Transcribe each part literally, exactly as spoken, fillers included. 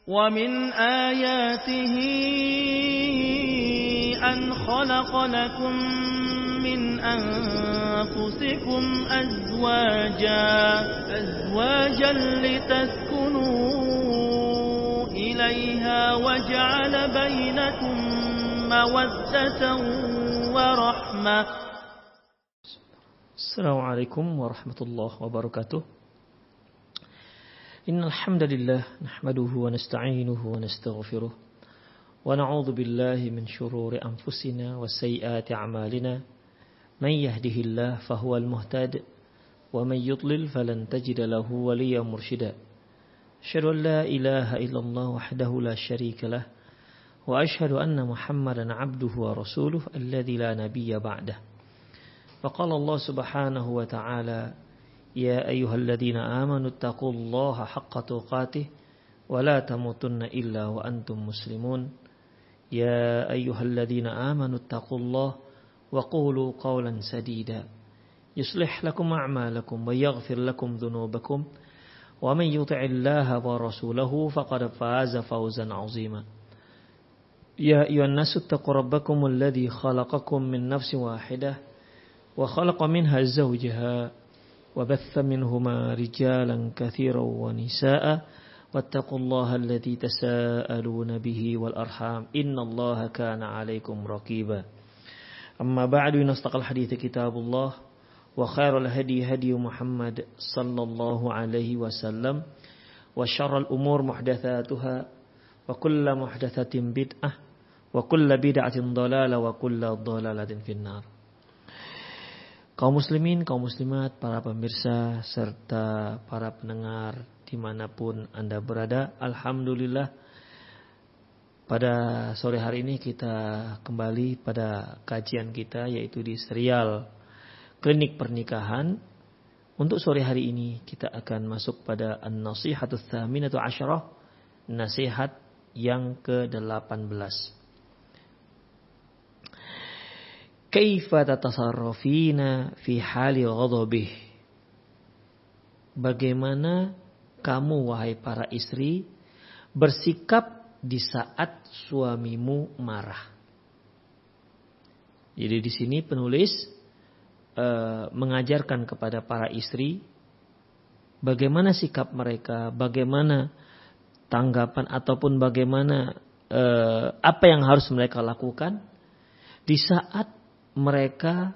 ومن آياته أن خلق لكم من أنفسكم أزواجا أزواجا لتسكنوا إليها وجعل بينكم مودة ورحمة. السلام عليكم ورحمة الله وبركاته. إن الحمد لله نحمده ونستعينه ونستغفره ونعوذ بالله من شرور أنفسنا وسيئات أعمالنا. من يهده الله فهو المهتد ومن يضلل فلن تجد له وليا مرشدا. أشهد أن لا إله إلا الله وحده لا شريك له وأشهد أن محمدا عبده ورسوله الذي لا نبي بعده. فقال الله سبحانه وتعالى: يا أيها الذين آمنوا اتقوا الله حق تقاته ولا تموتن إلا وأنتم مسلمون. يا أيها الذين آمنوا اتقوا الله وقولوا قولا سديدا يصلح لكم أعمالكم ويغفر لكم ذنوبكم ومن يطع الله ورسوله فقد فاز فوزا عظيما. يا أيها الناس اتقوا ربكم الذي خلقكم من نفس واحدة وخلق منها زوجها وبث منهما رجالا كثيرا ونساء واتقوا الله الذي تساءلون به والأرحام إن الله كان عليكم رقيبا. أما بعد، إن أصدق الحديث كتاب الله وخير الهدي هدي محمد صلى الله عليه وسلم وشر الأمور محدثاتها وكل محدثة بدعة وكل بدعة ضلالة وكل ضلالة في النار. Kaum muslimin, kaum muslimat, para pemirsa, serta para pendengar dimanapun Anda berada, alhamdulillah pada sore hari ini kita kembali pada kajian kita, yaitu di serial Klinik Pernikahan. Untuk sore hari ini kita akan masuk pada An-Nasihatus Tsaminatu Asyarah, nasihat yang ke delapan belas. Kaifa tatasarrafina fi hali ghadabih. Bagaimana kamu, wahai para istri, bersikap di saat suamimu marah. Jadi di sini penulis uh, mengajarkan kepada para istri bagaimana sikap mereka, bagaimana tanggapan ataupun bagaimana uh, apa yang harus mereka lakukan di saat mereka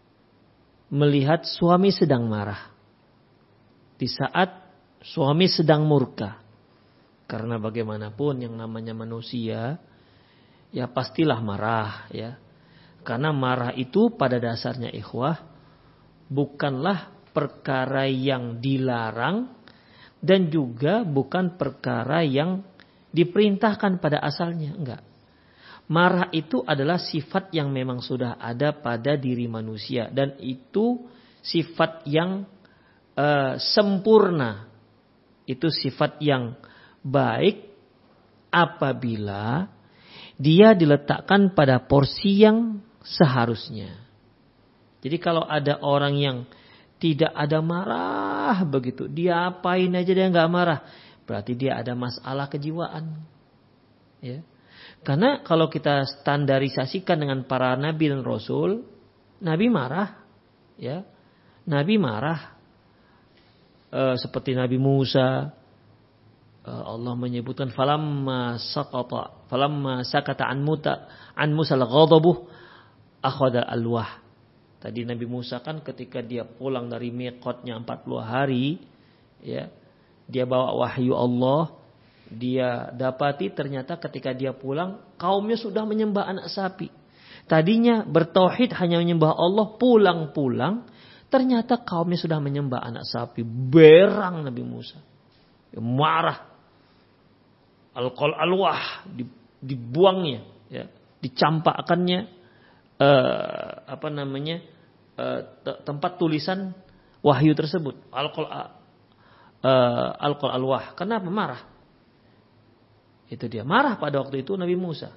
melihat suami sedang marah, di saat suami sedang murka. Karena bagaimanapun yang namanya manusia, ya pastilah marah, ya. Karena marah itu pada dasarnya, ikhwah, bukanlah perkara yang dilarang dan juga bukan perkara yang diperintahkan pada asalnya, enggak. Marah itu adalah sifat yang memang sudah ada pada diri manusia, dan itu sifat yang uh, sempurna. Itu sifat yang baik apabila dia diletakkan pada porsi yang seharusnya. Jadi kalau ada orang yang tidak ada marah begitu, dia apain aja dia nggak marah, berarti dia ada masalah kejiwaan, ya. Karena kalau kita standarisasikan dengan para nabi dan rasul, nabi marah, ya, nabi marah e, seperti Nabi Musa. E, Allah menyebutkan falamma saqata, falamma sakata an muta an Musa al-ghadabu akhadha al-alwah. Tadi Nabi Musa kan ketika dia pulang dari miqatnya empat puluh hari, ya, dia bawa wahyu Allah. Dia dapati ternyata ketika dia pulang kaumnya sudah menyembah anak sapi. Tadinya bertauhid hanya menyembah Allah, pulang-pulang ternyata kaumnya sudah menyembah anak sapi. Berang Nabi Musa, marah, alqal alwah, dibuangnya, ya, dicampakkannya eh, apa namanya eh, tempat tulisan wahyu tersebut, alqal eh, alqal alwah. Kenapa marah? Itu dia marah pada waktu itu Nabi Musa.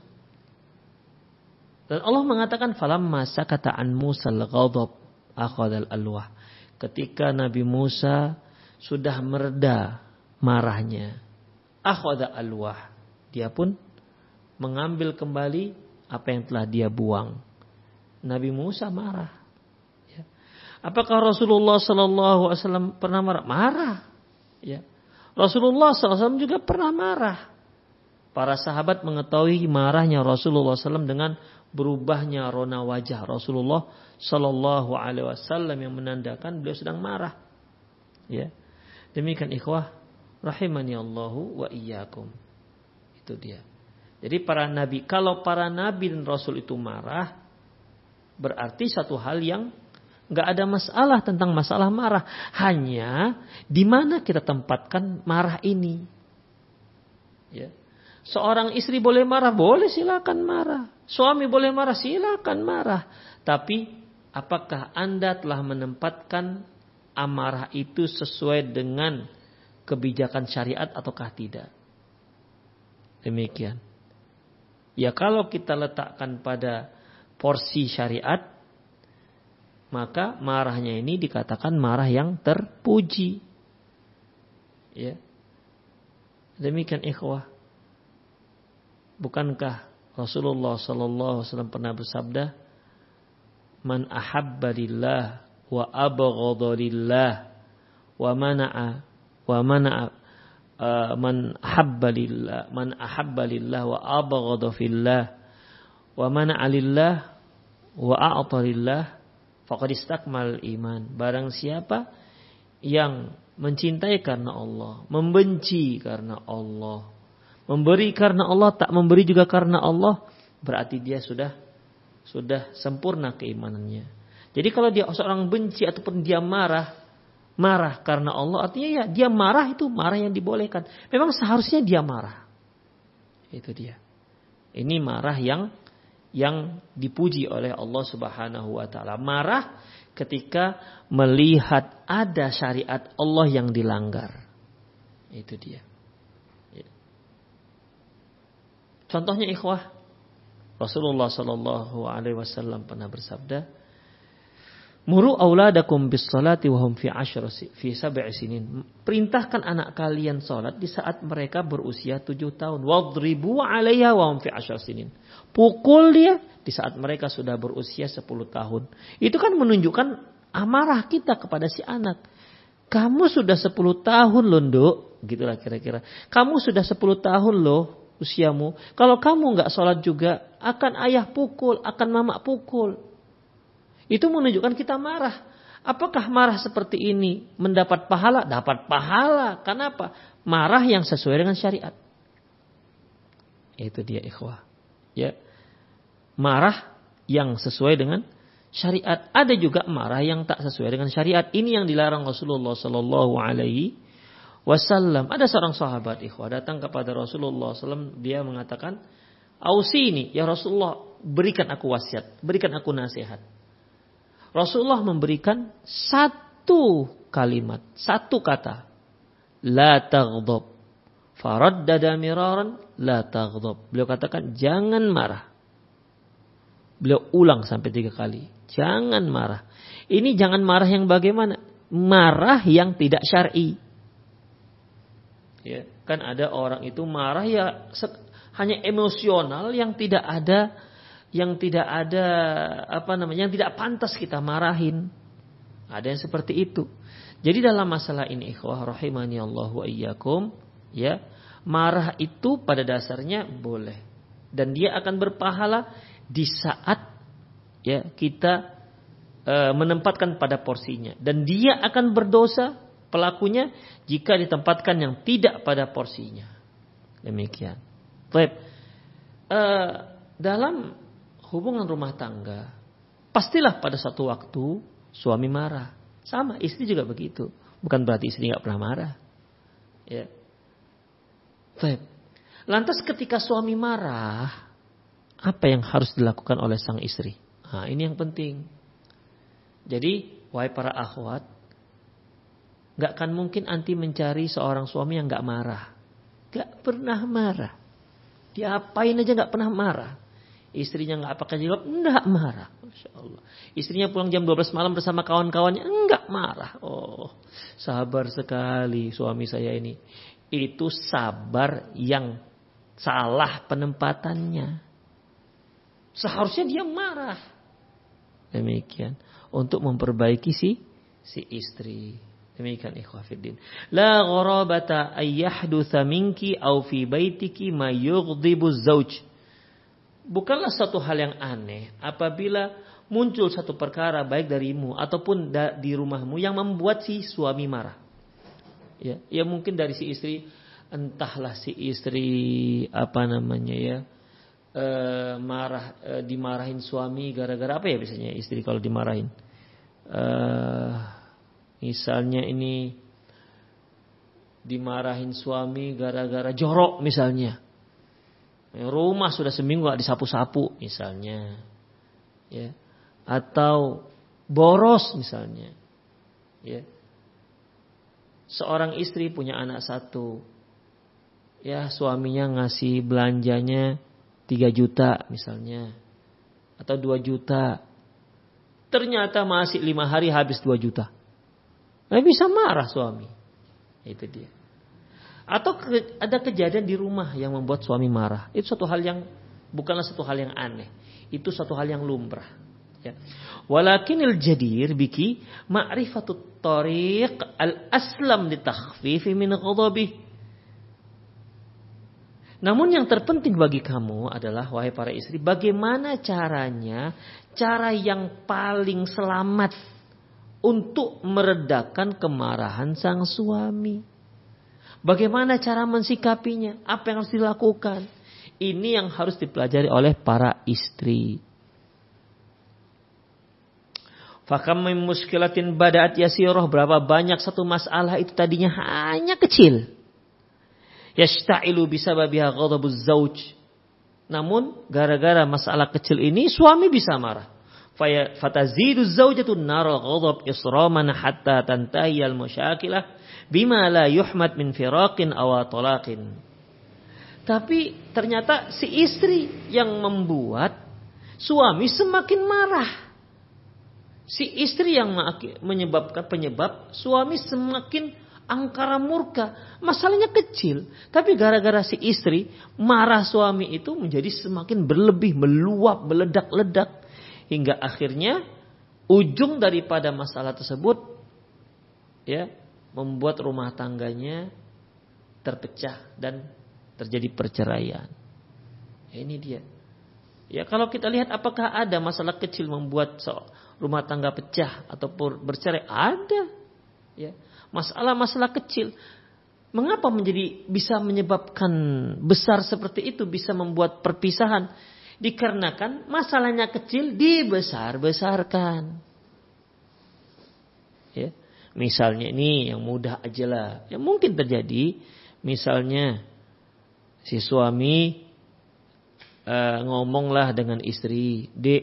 Dan Allah mengatakan falamma sakata an Musa al-ghadab akhadhal alwah. Ketika Nabi Musa sudah mereda marahnya, akhadha alwah. Dia pun mengambil kembali apa yang telah dia buang. Nabi Musa marah. Ya. Apakah Rasulullah Sallallahu Alaihi Wasallam pernah marah? Marah. Ya. Rasulullah Sallallahu Alaihi Wasallam juga pernah marah. Para sahabat mengetahui marahnya Rasulullah Sallallahu Alaihi Wasallam dengan berubahnya rona wajah Rasulullah Sallallahu Alaihi Wasallam yang menandakan beliau sedang marah. Ya. Demikian ikhwah rahimani Allahu wa iyyakum. Itu dia. Jadi para nabi, kalau para nabi dan rasul itu marah, berarti satu hal yang nggak ada masalah tentang masalah marah. Hanya di mana kita tempatkan marah ini. Ya. Seorang istri boleh marah, boleh silakan marah. Suami boleh marah, silakan marah. Tapi apakah Anda telah menempatkan amarah itu sesuai dengan kebijakan syariat ataukah tidak? Demikian. Ya kalau kita letakkan pada porsi syariat, maka marahnya ini dikatakan marah yang terpuji. Ya. Demikian ikhwah. Bukankah Rasulullah Sallallahu Alaihi Wasallam pernah bersabda, "Man ahabba lillah wa abghadha lillah wa mana'a wa mana'a uh, man ahabba lillah man ahabba lillah wa abghadha fillah wa mana'a lillah wa a'ta lillah faqad istakmal iman." Barang siapa yang mencintai karena Allah, membenci karena Allah, memberi karena Allah, tak memberi juga karena Allah, berarti dia sudah sudah sempurna keimanannya. Jadi kalau dia seorang benci ataupun dia marah, marah karena Allah, artinya ya dia marah itu marah yang dibolehkan. Memang seharusnya dia marah. Itu dia. Ini marah yang yang dipuji oleh Allah Subhanahu wa taala. Marah ketika melihat ada syariat Allah yang dilanggar. Itu dia. Contohnya ikhwah, Rasulullah Sallallahu Alaihi Wasallam pernah bersabda, "Muru auladakum bis salati wa hum fi ashra fi sab'i sinin." Perintahkan anak kalian salat di saat mereka berusia tujuh tahun. Wadribu 'alaiha wa hum fi ashra sinin. Pukul dia di saat mereka sudah berusia sepuluh tahun. Itu kan menunjukkan amarah kita kepada si anak. Kamu sudah sepuluh tahun loh, Nduk, gitulah kira-kira. Kamu sudah sepuluh tahun loh usiamu. Kalau kamu nggak sholat juga, akan ayah pukul, akan mama pukul. Itu menunjukkan kita marah. Apakah marah seperti ini mendapat pahala? Dapat pahala. Kenapa? Marah yang sesuai dengan syariat. Itu dia ikhwah. Ya, marah yang sesuai dengan syariat. Ada juga marah yang tak sesuai dengan syariat. Ini yang dilarang Rasulullah Sallallahu Alaihi Wasallam. Ada seorang sahabat ikhwah datang kepada Rasulullah Sallallahu Alaihi Wasallam. Dia mengatakan, "Ausini ya Rasulullah, berikan aku wasiat, berikan aku nasihat." Rasulullah memberikan satu kalimat, satu kata, la taghdab. Faraddada miraran, la taghdab. Beliau katakan jangan marah. Beliau ulang sampai tiga kali, jangan marah. Ini jangan marah yang bagaimana? Marah yang tidak syar'i. Ya, kan ada orang itu marah ya hanya emosional yang tidak ada yang tidak ada apa namanya yang tidak pantas kita marahin. Ada yang seperti itu. Jadi dalam masalah ini ikhwah rahimani Allah wa iyyakum, ya, marah itu pada dasarnya boleh dan dia akan berpahala di saat ya kita e, menempatkan pada porsinya, dan dia akan berdosa pelakunya jika ditempatkan yang tidak pada porsinya. Demikian. Baik. E, dalam hubungan rumah tangga, pastilah pada satu waktu suami marah. Sama istri juga begitu. Bukan berarti istri nggak pernah marah. Ya. Baik. Lantas ketika suami marah, apa yang harus dilakukan oleh sang istri? Nah, ini yang penting. Jadi, wahai para akhwat, gak akan mungkin anti mencari seorang suami yang gak marah. Gak pernah marah. Diapain aja gak pernah marah. Istrinya gak pakai jilbab, enggak marah. Masya Allah. Istrinya pulang jam dua belas malam bersama kawan-kawannya, enggak marah. Oh, sabar sekali suami saya ini. itu sabar yang salah penempatannya. Seharusnya dia marah. Demikian. Untuk memperbaiki si si istri. Demikian ikhwah fiddin. La gharabata ayyahdutha minki au fi baitiki ma yughdibu zauj. Bukanlah satu hal yang aneh apabila muncul satu perkara baik darimu ataupun da, di rumahmu yang membuat si suami marah. Ya, ya mungkin dari si istri, entahlah si istri apa namanya ya, e, marah e, dimarahin suami gara-gara apa ya biasanya istri kalau dimarahin. E, misalnya ini dimarahin suami gara-gara jorok misalnya. Rumah sudah seminggu gak disapu-sapu misalnya. Ya. Atau boros misalnya. Ya. Seorang istri punya anak satu. Ya, suaminya ngasih belanjanya tiga juta misalnya. Atau dua juta. Ternyata masih lima hari habis dua juta. Nah, bisa marah suami. Itu dia. Atau ke, ada kejadian di rumah yang membuat suami marah. Itu satu hal yang bukanlah satu hal yang aneh. Itu satu hal yang lumrah. Ya. Walakinil jadir biki ma'rifatut tariq al-aslam litakhfifi min ghadabi. Namun yang terpenting bagi kamu adalah wahai para istri, bagaimana caranya, cara yang paling selamat untuk meredakan kemarahan sang suami. Bagaimana cara mensikapinya? Apa yang harus dilakukan? Ini yang harus dipelajari oleh para istri. Fakam min muskilatin bada'at yasirah, berapa banyak satu masalah itu tadinya hanya kecil. Yashta'ilu bisababiha ghadabuz zauj. Namun gara-gara masalah kecil ini suami bisa marah. Fatazidu zaujatu nara ghadab israman hatta tantahi al-musyakilah bima la yuhmad min firaqin aw talaqin. Tapi ternyata si istri yang membuat suami semakin marah. Si istri yang menyebabkan penyebab suami semakin angkara murka. Masalahnya kecil, tapi gara-gara si istri marah suami itu menjadi semakin berlebih, meluap, meledak-ledak hingga akhirnya ujung daripada masalah tersebut ya membuat rumah tangganya terpecah dan terjadi perceraian. Ya, ini dia. Ya kalau kita lihat apakah ada masalah kecil membuat rumah tangga pecah ataupun bercerai? Ada. Ya. Masalah-masalah kecil. Mengapa menjadi bisa menyebabkan besar seperti itu, bisa membuat perpisahan? Dikarenakan masalahnya kecil dibesar-besarkan. Ya. Misalnya ini yang mudah aja lah. Ya mungkin terjadi. Misalnya si suami uh, ngomonglah dengan istri, "Dek,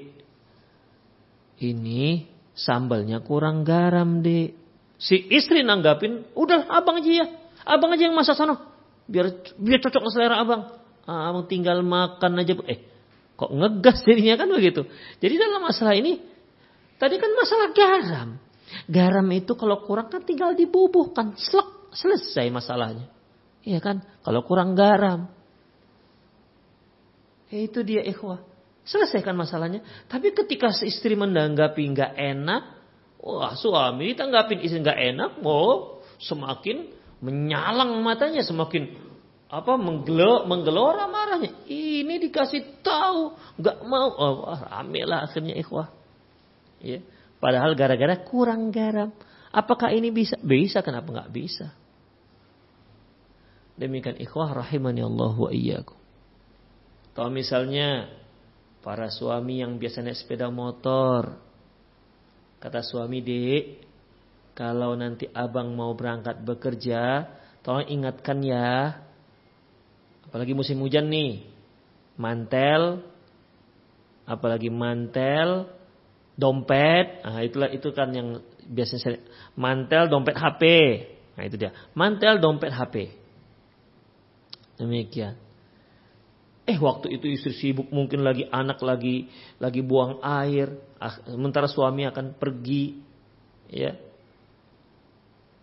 ini sambalnya kurang garam, Dek." Si istri nanggapin, "Udah abang aja ya. Abang aja yang masak sana. Biar biar cocok selera abang. Ah, abang tinggal makan aja." Eh, kok ngegas jadinya kan begitu. Jadi dalam masalah ini tadi kan masalah garam. Garam itu kalau kurang kan tinggal dibubuhkan, slek, selesai masalahnya. Iya kan? Kalau kurang garam. Ya itu dia ikhwah. Selesaikan masalahnya. Tapi ketika istri menanggapi nggak enak, wah suami tanggapin istri nggak enak, oh semakin menyalang matanya, semakin apa menggelo, menggelora marahnya. Ini dikasih tahu nggak mau, oh, rame lah akhirnya ikhwah. Ya. Padahal gara-gara kurang garam. Apakah ini bisa? Bisa, kenapa nggak bisa? Demikian ikhwah rahimani Allah wa iyyakum. Kalau misalnya para suami yang biasa naik sepeda motor, kata suami, "Dek, kalau nanti abang mau berangkat bekerja, tolong ingatkan ya, apalagi musim hujan nih, mantel, apalagi mantel, dompet." Nah, itulah itu kan yang biasanya saya, mantel, dompet, H P. Nah, itu dia. Mantel, dompet, H P. Demikian. Eh waktu itu istri sibuk, mungkin lagi anak lagi lagi buang air, sementara suami akan pergi, ya.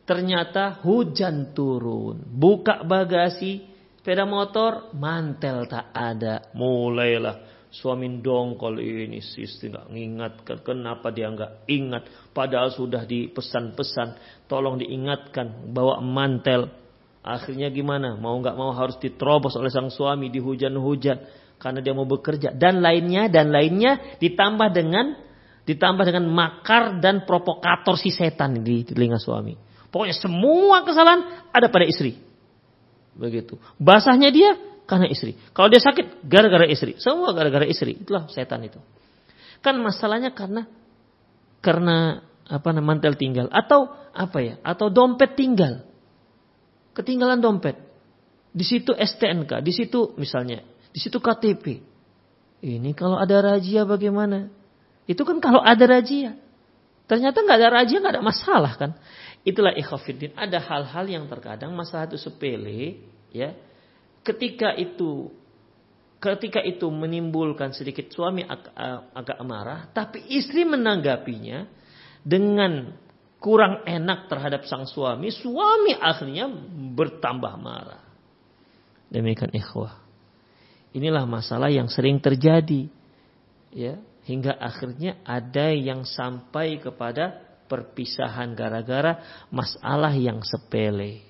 Ternyata hujan turun. Buka bagasi sepeda motor, mantel tak ada. Mulailah suami dongkol, ini istri nggak mengingatkan. Kenapa dia nggak ingat? Padahal sudah dipesan-pesan, tolong diingatkan bawa mantel. Akhirnya gimana? Mau nggak mau harus diterobos oleh sang suami di hujan-hujan karena dia mau bekerja. Dan lainnya dan lainnya ditambah dengan ditambah dengan makar dan provokator si setan di telinga suami. Pokoknya semua kesalahan ada pada istri. Begitu. Basahnya dia karena istri. Kalau dia sakit gara-gara istri. Semua gara-gara istri. Itulah setan itu. Kan masalahnya karena karena apa namanya mantel tinggal atau apa ya? Atau dompet tinggal. Ketinggalan dompet. Di situ S T N K, di situ misalnya, di situ K T P. Ini kalau ada razia bagaimana? Itu kan kalau ada razia. Ternyata nggak ada razia, nggak ada masalah kan? Itulah ikhwafiddin. Ada hal-hal yang terkadang masalah itu sepele, ya. Ketika itu, ketika itu menimbulkan sedikit suami ag- agak marah, tapi istri menanggapinya dengan kurang enak terhadap sang suami, suami akhirnya bertambah marah. Demikian ikhwah. Inilah masalah yang sering terjadi, ya. Hingga akhirnya ada yang sampai kepada perpisahan gara-gara masalah yang sepele.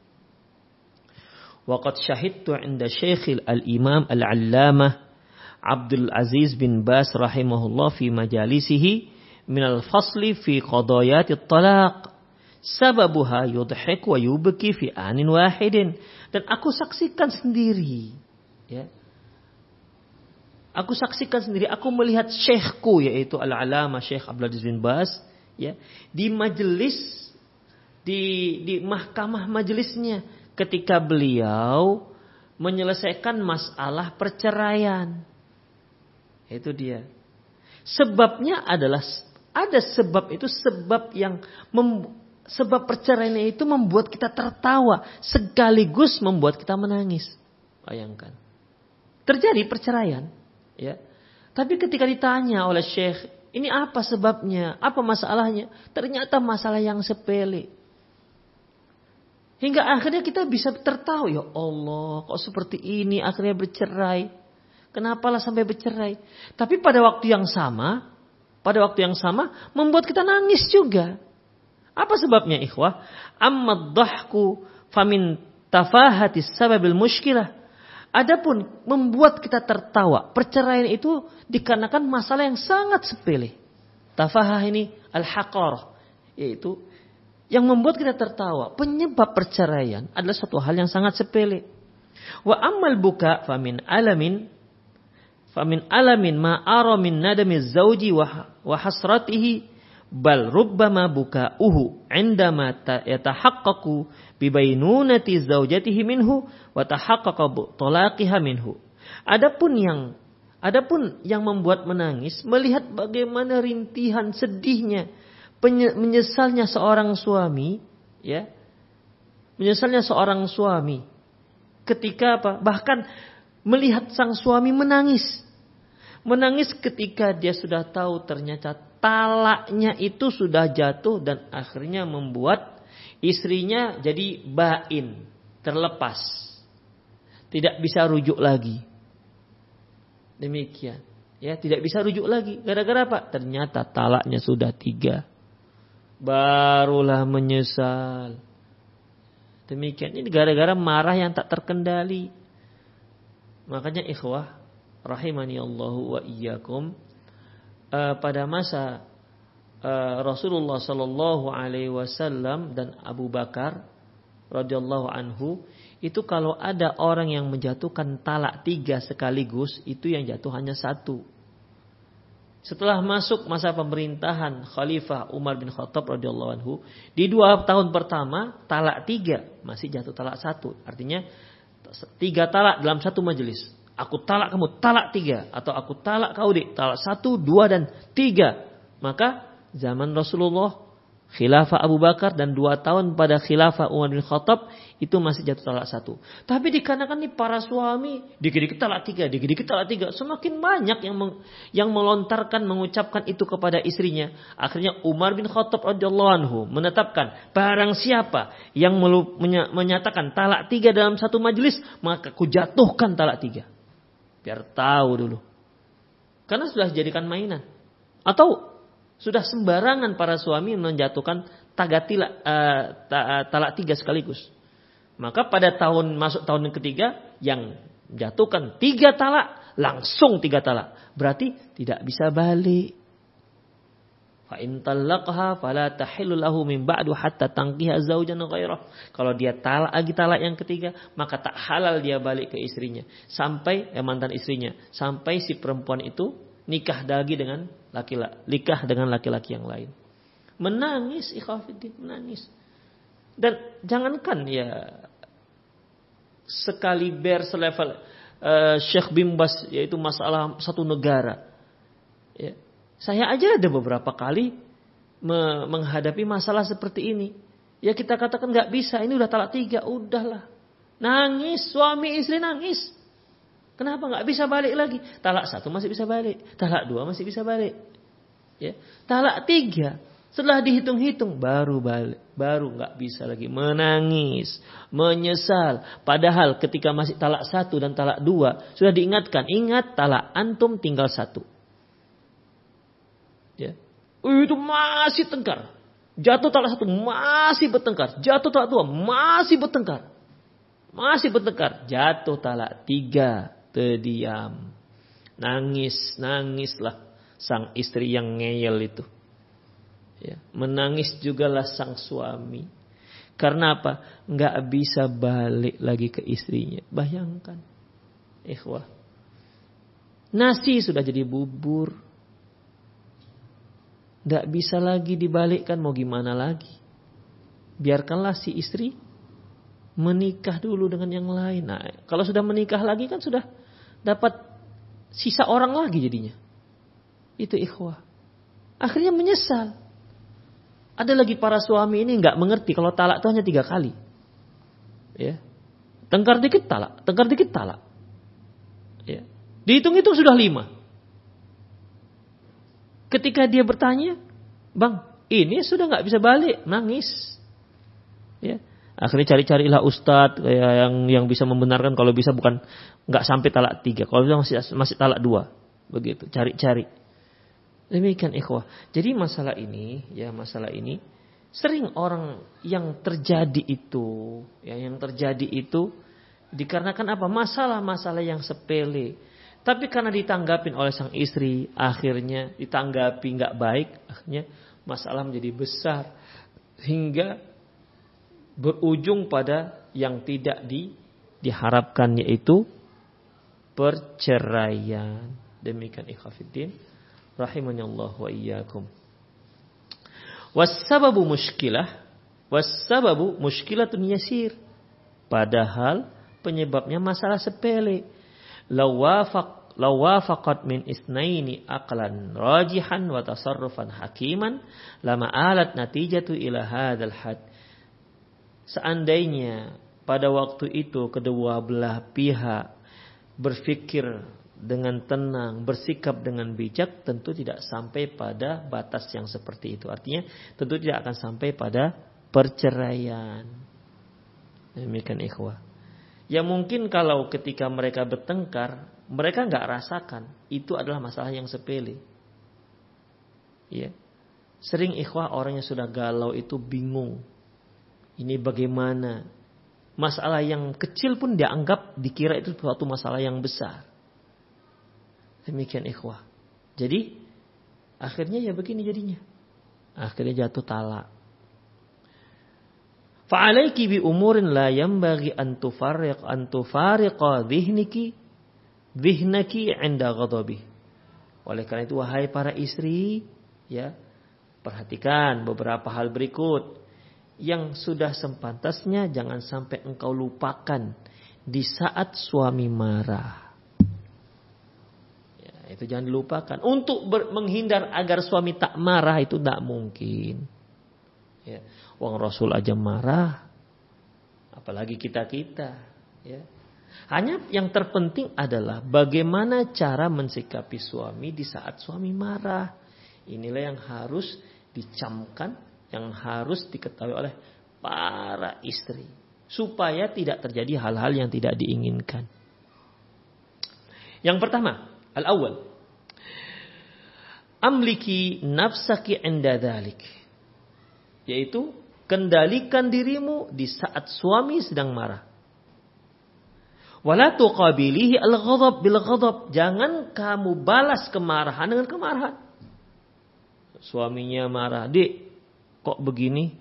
Waqad syahidtu 'inda Syekh al-Imam al-Allamah Abdul Aziz bin Bas rahimahullah fi majalisihi min al-fasli fi qadayat at-talaq. Sababuha yudhik wa yubki fi anin wahidin. Dan aku saksikan sendiri, ya. Aku saksikan sendiri, aku melihat syekhku yaitu Al-Alama Syekh Abdul Aziz bin Bas, ya, di majelis di di mahkamah majelisnya ketika beliau menyelesaikan masalah perceraian. Itu dia. Sebabnya adalah ada sebab itu sebab yang mem, sebab perceraian itu membuat kita tertawa sekaligus membuat kita menangis. Bayangkan. Terjadi perceraian. Ya, tapi ketika ditanya oleh Syekh, ini apa sebabnya, apa masalahnya? Ternyata masalah yang sepele. Hingga akhirnya kita bisa tertawa, ya Allah, kok seperti ini akhirnya bercerai. Kenapalah sampai bercerai? Tapi pada waktu yang sama, pada waktu yang sama membuat kita nangis juga. Apa sebabnya, ikhwah? Amma dhahku famin tafahatis sababil mushkilah. Adapun membuat kita tertawa, perceraian itu dikarenakan masalah yang sangat sepele. Tafahah ini al-haqarah, yaitu yang membuat kita tertawa. Penyebab perceraian adalah suatu hal yang sangat sepele. Wa ammal buka famin alamin famin alamin ma ara min nadami zauji wa hasratihi bal rubbama buka'uhu 'indama yatahaqqaqu bi bainunati zaujatihi minhu wa tahaqqaqa talaqiha minhu. Adapun yang adapun yang membuat menangis melihat bagaimana rintihan sedihnya, menyesalnya seorang suami, ya. Menyesalnya seorang suami ketika apa? Bahkan melihat sang suami menangis. Menangis ketika dia sudah tahu ternyata talaknya itu sudah jatuh dan akhirnya membuat istrinya jadi bain, terlepas. Tidak bisa rujuk lagi. Demikian. Ya, tidak bisa rujuk lagi. Gara-gara apa? Ternyata talaknya sudah tiga. Barulah menyesal. Demikian. Ini gara-gara marah yang tak terkendali. Makanya ikhwah rahimani Allahu wa iyyakum, uh, pada masa uh, Rasulullah sallallahu alaihi wasallam dan Abu Bakar radhiyallahu anhu, itu kalau ada orang yang menjatuhkan talak tiga sekaligus, itu yang jatuh hanya satu. Setelah masuk masa pemerintahan Khalifah Umar bin Khattab radhiyallahu anhu, di dua tahun pertama talak tiga, masih jatuh talak satu. Artinya tiga talak dalam satu majelis. Aku talak kamu, talak tiga. Atau aku talak kau, dik, talak satu, dua, dan tiga. Maka zaman Rasulullah khilafah Abu Bakar dan dua tahun pada khilafah Umar bin Khattab itu masih jatuh talak satu. Tapi dikarenakan nih para suami dikit-dikit talak tiga, dikit-dikit talak tiga, semakin banyak yang meng, yang melontarkan mengucapkan itu kepada istrinya. Akhirnya Umar bin Khattab radhiyallahu anhu menetapkan barang siapa yang melu, menya, menyatakan talak tiga dalam satu majelis maka kujatuhkan talak tiga. Biar tahu dulu. Karena sudah dijadikan mainan. Atau sudah sembarangan para suami menjatuhkan tagatila, uh, ta, talak tiga sekaligus. Maka pada tahun masuk tahun yang ketiga yang jatuhkan tiga talak langsung tiga talak. Berarti tidak bisa balik. Fa in talaqha fala tahillu lahu min ba'du hatta tankiha zaujan ghairah. Kalau dia talak lagi talak yang ketiga maka tak halal dia balik ke istrinya sampai eh, mantan istrinya sampai si perempuan itu nikah lagi dengan laki-laki, nikah dengan laki-laki yang lain. Menangis ikhwatiddin, menangis. Dan jangankan ya sekali ber selevel uh, Syekh Bin Baz yaitu masalah satu negara. Ya. Saya aja ada beberapa kali me- menghadapi masalah seperti ini. Ya kita katakan nggak bisa, ini udah talak tiga, udahlah. Nangis, suami istri nangis. Kenapa nggak bisa balik lagi? Talak satu masih bisa balik, talak dua masih bisa balik, ya. Talak tiga setelah dihitung-hitung baru balik, baru nggak bisa lagi, menangis, menyesal. Padahal ketika masih talak satu dan talak dua sudah diingatkan, ingat talak antum tinggal satu, ya. Itu masih tengkar, jatuh talak satu masih bertengkar, jatuh talak dua masih bertengkar, masih bertengkar, jatuh talak tiga. Terdiam, nangis, nangislah sang istri yang ngeyel itu. Ya, menangis jugalah sang suami. Karena apa? Nggak bisa balik lagi ke istrinya. Bayangkan, ikhwah, nasi sudah jadi bubur, nggak bisa lagi dibalikkan. Mau gimana lagi? Biarkanlah si istri menikah dulu dengan yang lain. Nah, kalau sudah menikah lagi kan sudah dapat sisa orang lagi jadinya. Itu ikhwah. Akhirnya menyesal. Ada lagi para suami ini nggak mengerti kalau talak itu hanya tiga kali. Ya, tengkar dikit talak, tengkar dikit talak. Ya, dihitung-hitung sudah lima. Ketika dia bertanya, bang, ini sudah nggak bisa balik, nangis. Ya. Akhirnya cari-carilah ustadz yang yang bisa membenarkan kalau bisa bukan nggak sampai talak tiga, kalau bisa masih masih talak dua, begitu. Cari-cari. Demikian ikhwah. Jadi masalah ini, ya masalah ini sering orang yang terjadi itu, ya yang terjadi itu dikarenakan apa? Masalah-masalah yang sepele. Tapi karena ditanggapin oleh sang istri, akhirnya ditanggapi nggak baik, akhirnya masalah menjadi besar hingga berujung pada yang tidak di, diharapkan yaitu perceraian. Demikian ikhwatiddin rahimahullah wa iyyakum. Wassababu muskilah, wassababu muskilatun yasir. Padahal penyebabnya masalah sepele. Lawafaq lawafaqat min isnaini aqlan rajihan wa tasarrufan hakiman lama alat natijatu ila hadzal had. Seandainya pada waktu itu kedua belah pihak berpikir dengan tenang, bersikap dengan bijak, tentu tidak sampai pada batas yang seperti itu. Artinya tentu tidak akan sampai pada perceraian. Demikian ikhwah. Ya mungkin kalau ketika mereka bertengkar, mereka nggak rasakan itu adalah masalah yang sepele. Ya. Sering ikhwah orang yang sudah galau itu bingung. Ini bagaimana? Masalah yang kecil pun dianggap, dikira itu suatu masalah yang besar. Demikian ikhwah. Jadi akhirnya ya begini jadinya. Akhirnya jatuh talak. Fa'alaiki bi umurin la yanbaghi an tufarriq an tufariqa dhihniki dhihnaki 'inda ghadabi. Oleh karena itu wahai para istri, ya, perhatikan beberapa hal berikut. Yang sudah sepantasnya jangan sampai engkau lupakan di saat suami marah. Ya, itu jangan dilupakan. Untuk ber- menghindar agar suami tak marah itu tidak mungkin. Ya, wong Rasul aja marah, apalagi kita-kita. Ya. Hanya yang terpenting adalah bagaimana cara mensikapi suami di saat suami marah. Inilah yang harus dicamkan, yang harus diketahui oleh para istri. Supaya tidak terjadi hal-hal yang tidak diinginkan. Yang pertama, al-awwal. Amliki nafsaki inda dhalik. Yaitu, kendalikan dirimu di saat suami sedang marah. Wala tuqabilihi al-ghadab bil ghadab. Jangan kamu balas kemarahan dengan kemarahan. Suaminya marah, "Dik, kok begini?"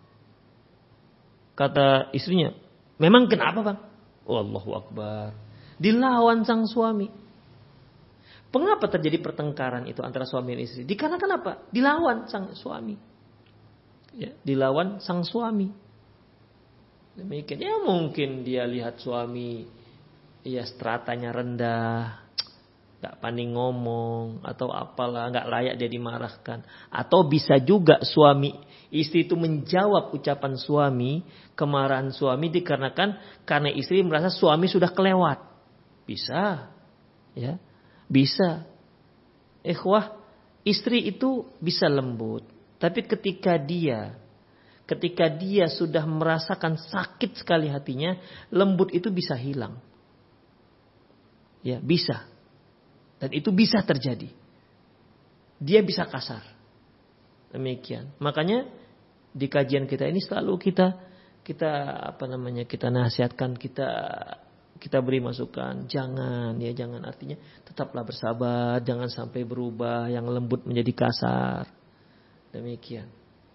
Kata istrinya, "Memang kenapa, Bang?" Allahu Akbar. Dilawan sang suami. Mengapa terjadi pertengkaran itu antara suami dan istri? Dikarenakan apa? Dilawan sang suami. Ya, dilawan sang suami. Demikian. Ya mungkin dia lihat suami, ya stratanya rendah, gak pandai ngomong, atau apalah, gak layak dia dimarahkan. Atau bisa juga suami, istri itu menjawab ucapan suami, kemarahan suami dikarenakan karena istri merasa suami sudah kelewat. Bisa, ya, bisa. Ikhwah, istri itu bisa lembut, tapi ketika dia, ketika dia sudah merasakan sakit sekali hatinya, lembut itu bisa hilang. Ya, bisa. Dan itu bisa terjadi. Dia bisa kasar. Demikian. Makanya di kajian kita ini selalu kita kita apa namanya? Kita nasihatkan, kita kita beri masukan, jangan ya jangan, artinya tetaplah bersabar, jangan sampai berubah yang lembut menjadi kasar. Demikian.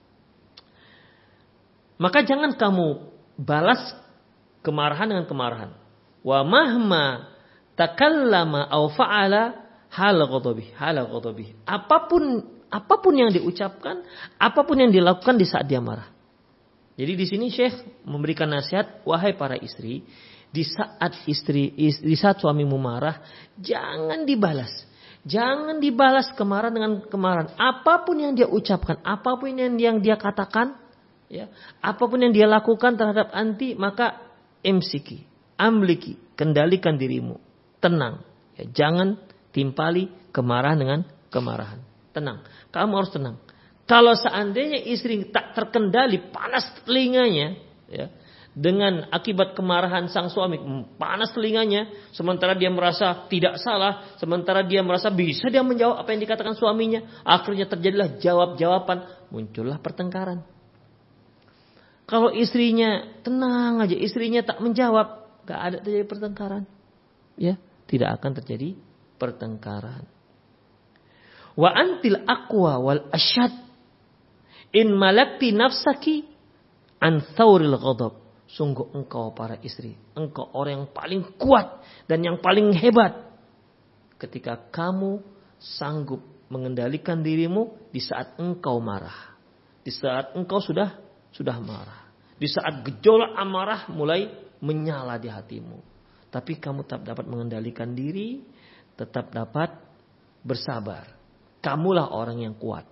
Maka jangan kamu balas kemarahan dengan kemarahan. Wa mahma takallama aw fa'ala hal ghadabi, hal ghadabi. Apapun apapun yang diucapkan, apapun yang dilakukan di saat dia marah. Jadi di sini Syekh memberikan nasihat, wahai para istri, di saat istri di saat suamimu marah, jangan dibalas. Jangan dibalas kemarahan dengan kemarahan. Apapun yang dia ucapkan, apapun yang yang dia katakan, ya, apapun yang dia lakukan terhadap anti, maka emsiki, amliki, kendalikan dirimu. Tenang. Ya, jangan timpali kemarahan dengan kemarahan. Tenang. Kamu harus tenang. Kalau seandainya istri tak terkendali, panas telinganya, ya, dengan akibat kemarahan sang suami, panas telinganya, sementara dia merasa tidak salah, sementara dia merasa bisa dia menjawab apa yang dikatakan suaminya, akhirnya terjadilah jawab-jawaban, muncullah pertengkaran. Kalau istrinya tenang aja, istrinya tak menjawab, gak ada terjadi pertengkaran. Ya, tidak akan terjadi pertengkaran. Wa antil aqwa wal asyad in malakti nafsaki an thawril ghadab. Sungguh engkau para istri, engkau orang yang paling kuat dan yang paling hebat ketika kamu sanggup mengendalikan dirimu di saat engkau marah. Di saat engkau sudah sudah marah. Di saat gejolak amarah mulai menyala di hatimu. Tapi kamu tetap dapat mengendalikan diri, tetap dapat bersabar. Kamulah orang yang kuat.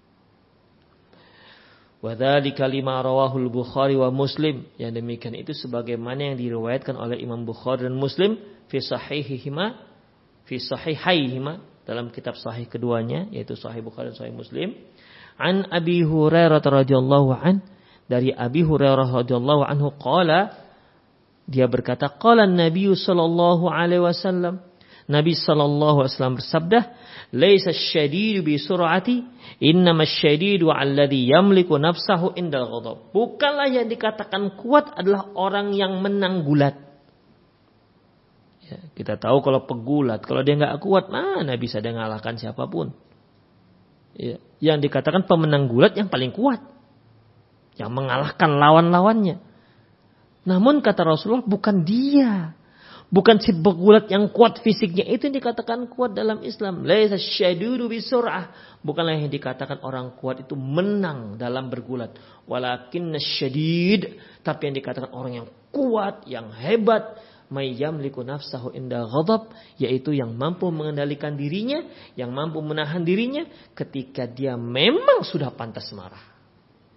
Wa dzalika lima rawahul Bukhari wa Muslim. Yang demikian itu sebagaimana yang diriwayatkan oleh Imam Bukhari dan Muslim fi sahihihima fi sahihaihima, dalam kitab sahih keduanya yaitu Sahih Bukhari dan Sahih Muslim. An Abi Hurairah radhiyallahu an, dari Abi Hurairah radhiyallahu anhu qala, dia berkata, qala Nabi sallallahu alaihi wasallam, Nabi sallallahu alaihi wasallam bersabda, laisa asy-syadidu bi sur'ati, innama asy-syadidu 'alladhi yamliku nafsahu indal ghadab. Bukanlah yang dikatakan kuat adalah orang yang menang gulat. Ya, kita tahu kalau pegulat, kalau dia enggak kuat, mana bisa dia ngalahkan siapapun. Ya, yang dikatakan pemenang gulat yang paling kuat, yang mengalahkan lawan-lawannya. Namun kata Rasulullah, bukan dia. Bukan si pegulat yang kuat fisiknya itu yang dikatakan kuat dalam Islam. Laisa syadidu bisur'ah. Bukanlah yang dikatakan orang kuat itu menang dalam bergulat. Walakinna syadid. Tapi yang dikatakan orang yang kuat, yang hebat, may yamliku nafsahu inda ghadab, yaitu yang mampu mengendalikan dirinya, yang mampu menahan dirinya ketika dia memang sudah pantas marah.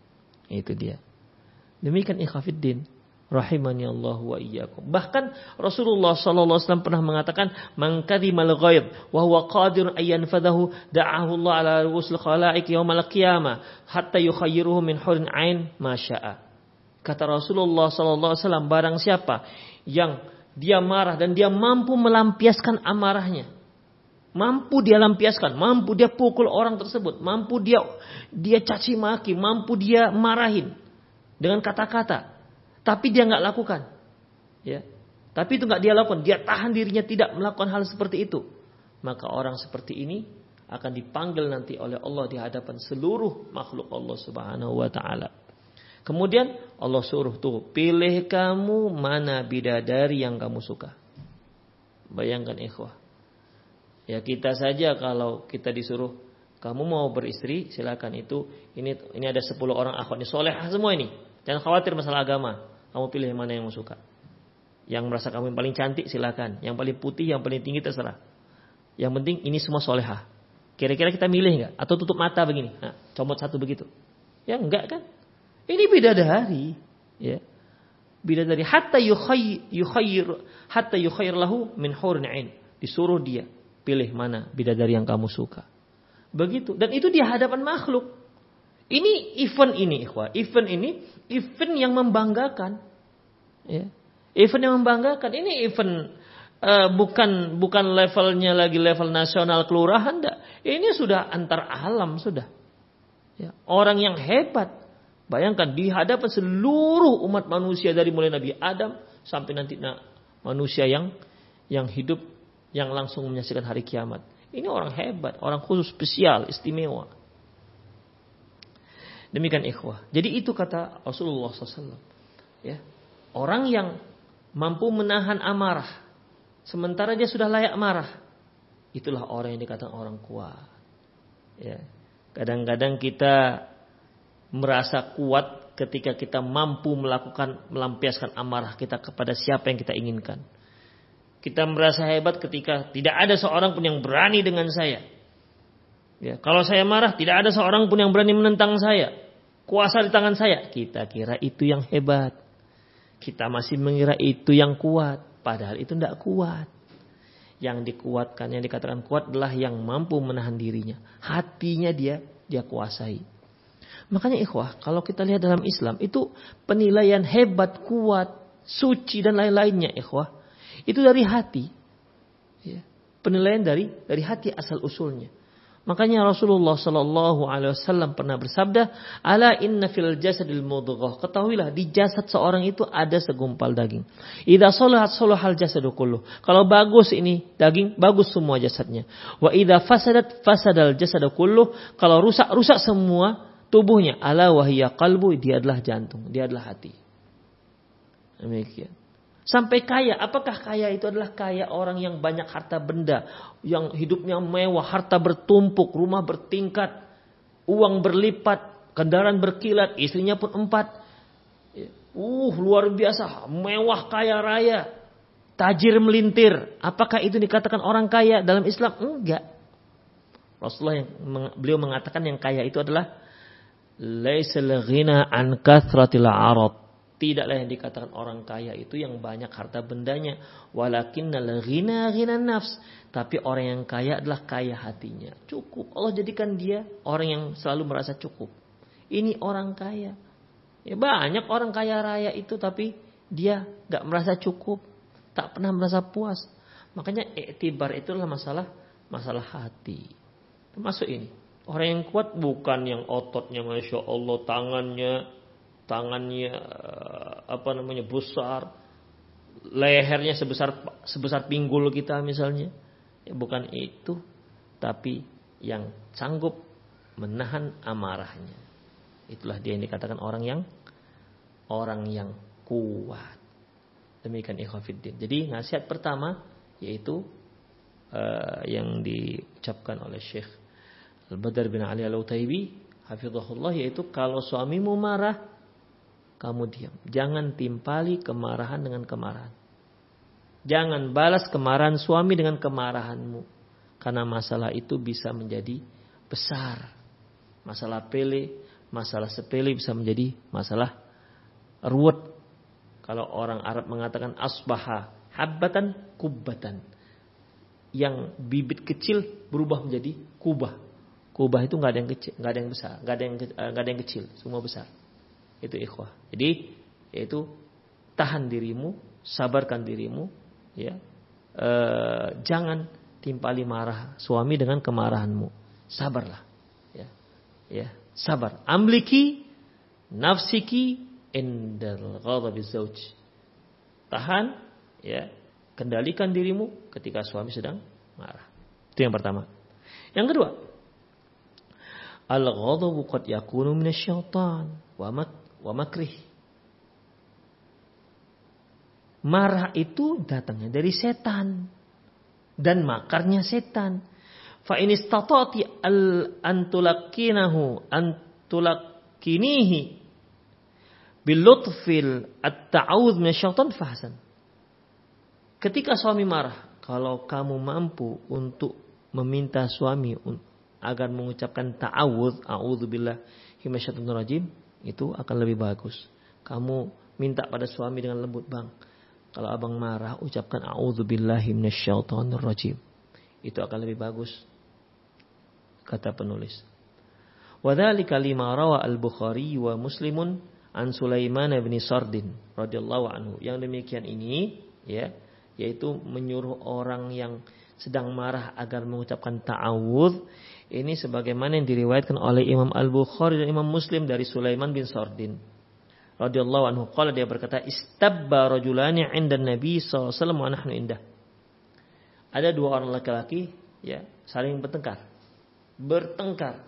Itu dia. Demikian ikhwafiddin rahimani Allah wa iyyakum. Bahkan Rasulullah sallallahu alaihi wasallam pernah mengatakan, "Man kadhimal ghaib wa huwa qadirun ay yanfadahu da'ahu Allah ala rusul khalaiq yaumal qiyamah hatta yukhayyiruhu min hurin ain ma syaa." Kata Rasulullah sallallahu alaihi wasallam, barang siapa yang dia marah dan dia mampu melampiaskan amarahnya, mampu dia lampiaskan, mampu dia pukul orang tersebut, mampu dia dia caci maki, mampu dia marahin dengan kata-kata, tapi dia nggak lakukan, ya. Tapi itu nggak dia lakukan, dia tahan dirinya tidak melakukan hal seperti itu. Maka orang seperti ini akan dipanggil nanti oleh Allah di hadapan seluruh makhluk Allah Subhanahu wa taala. Kemudian Allah suruh tuh, pilih kamu mana bidadari yang kamu suka. Bayangkan ikhwah. Ya kita saja kalau kita disuruh, kamu mau beristri silakan, itu ini ini ada sepuluh orang akhwat ini solehah semua ini. Jangan khawatir masalah agama. Kamu pilih yang mana yang kamu suka. Yang merasa kamu yang paling cantik silakan. Yang paling putih, yang paling tinggi terserah. Yang penting ini semua solehah. Kira-kira kita milih nggak? Atau tutup mata begini? Nah, comot satu begitu. Ya enggak kan? Ini bidadari, ya. Bidadari hatta yukhayir yukhayir hatta yukhayir lahu min hurin ain. Disuruh dia pilih mana bidadari yang kamu suka. Begitu, dan itu di hadapan makhluk. Ini event ini, ikhwah. Event ini event yang membanggakan. Ya. Event yang membanggakan. Ini event uh, bukan bukan levelnya lagi level nasional kelurahan, enggak. Ini sudah antar alam sudah. Ya. Orang yang hebat. Bayangkan di hadapan seluruh umat manusia dari mulai Nabi Adam sampai nanti nah, manusia yang yang hidup yang langsung menyaksikan hari kiamat. Ini orang hebat, orang khusus, spesial, istimewa. Demikian ikhwah. Jadi itu kata Rasulullah shallallahu alaihi wasallam. Ya, orang yang mampu menahan amarah, sementara dia sudah layak marah, itulah orang yang dikatakan orang kuat. Ya, kadang-kadang kita merasa kuat ketika kita mampu melakukan melampiaskan amarah kita kepada siapa yang kita inginkan. Kita merasa hebat ketika tidak ada seorang pun yang berani dengan saya. Ya, kalau saya marah tidak ada seorang pun yang berani menentang saya. Kuasa di tangan saya. Kita kira itu yang hebat. Kita masih mengira itu yang kuat. Padahal itu tidak kuat. Yang dikuatkan, yang dikatakan kuat adalah yang mampu menahan dirinya. Hatinya dia dia kuasai. Makanya ikhwah, kalau kita lihat dalam Islam itu penilaian hebat, kuat, suci dan lain-lainnya ikhwah. Itu dari hati. Ya. Penilaian dari dari hati asal usulnya. Makanya Rasulullah sallallahu alaihi wasallam pernah bersabda, "Ala inna fil jasadil mudghah." Ketahuilah di jasad seorang itu ada segumpal daging. Idza salahat salahal jasadu kulluh. Kalau bagus ini daging, bagus semua jasadnya. Wa idza fasadat fasadal jasadu kulluh. Kalau rusak, rusak semua tubuhnya. Ala wahiyya qalbu, dia adalah jantung, dia adalah hati. Demikian. Sampai kaya, apakah kaya itu adalah kaya orang yang banyak harta benda, yang hidupnya mewah, harta bertumpuk, rumah bertingkat, uang berlipat, kendaraan berkilat, istrinya pun empat. Uh, luar biasa, mewah kaya raya, tajir melintir. Apakah itu dikatakan orang kaya dalam Islam? Enggak. Rasulullah yang beliau mengatakan yang kaya itu adalah laisal ghina an kathratil arad. Tidaklah yang dikatakan orang kaya itu yang banyak harta bendanya, walakinnal ghina ghinan nafs. Tapi orang yang kaya adalah kaya hatinya. Cukup. Allah jadikan dia orang yang selalu merasa cukup. Ini orang kaya. Ya banyak orang kaya raya itu tapi dia enggak merasa cukup, tak pernah merasa puas. Makanya iktibar itu adalah masalah masalah hati. Termasuk ini. Orang yang kuat bukan yang ototnya masya Allah, tangannya tangannya apa namanya besar, lehernya sebesar sebesar pinggul kita misalnya. Ya, bukan itu, tapi yang sanggup menahan amarahnya. Itulah dia yang dikatakan orang yang orang yang kuat. Demikian ikhwatiddin. Jadi nasihat pertama yaitu uh, yang diucapkan oleh Syekh Al-Badar bin Ali Al-Utaibi hafizahullah, yaitu kalau suamimu marah, kamu diam. Jangan timpali kemarahan dengan kemarahan. Jangan balas kemarahan suami dengan kemarahanmu. Karena masalah itu bisa menjadi besar. Masalah pele, masalah sepele bisa menjadi masalah ruwet. Kalau orang Arab mengatakan asbaha habbatan kubbatan. Yang bibit kecil berubah menjadi kubah. Kubah itu nggak ada yang kecil, nggak ada yang besar, nggak ada yang nggak ada yang kecil, semua besar. Itu ikhwah. Jadi yaitu tahan dirimu, sabarkan dirimu, ya. E, jangan timpali marah suami dengan kemarahanmu. Sabarlah, ya, ya, sabar. Amliki nafsiki indal ghadabi zauj. Tahan, ya, kendalikan dirimu ketika suami sedang marah. Itu yang pertama. Yang kedua, al-ghadabu qad yakunu minasyaitan wa mak wa makrih. Marah itu datangnya dari setan dan makarnya setan. Fa in istata'ti an tulakkinahu an tulakkinihi bil lutfil at-ta'awudz minasyaitan fahsan. Ketika suami marah, kalau kamu mampu untuk meminta suami agar mengucapkan ta'awudz, a'udzubillahi minasyaitonir rajim, itu akan lebih bagus. Kamu minta pada suami dengan lembut, "Bang, kalau abang marah, ucapkan a'udzubillahi minasyaitonir rajim." Itu akan lebih bagus, kata penulis. Wa dzalika lima rawa al-Bukhari wa Muslimun an Sulaiman bin Sardin radhiyallahu anhu. Yang demikian ini, ya, yaitu menyuruh orang yang sedang marah agar mengucapkan ta'awudz. Ini sebagaimana yang diriwayatkan oleh Imam Al-Bukhari dan Imam Muslim dari Sulaiman bin Sardin radhiyallahu anhu. Qala, dia berkata, istabba rajulani 'inda Nabi sallallahu alaihi wasallam wa nahnu indah. Ada dua orang laki-laki, ya, saling bertengkar. Bertengkar.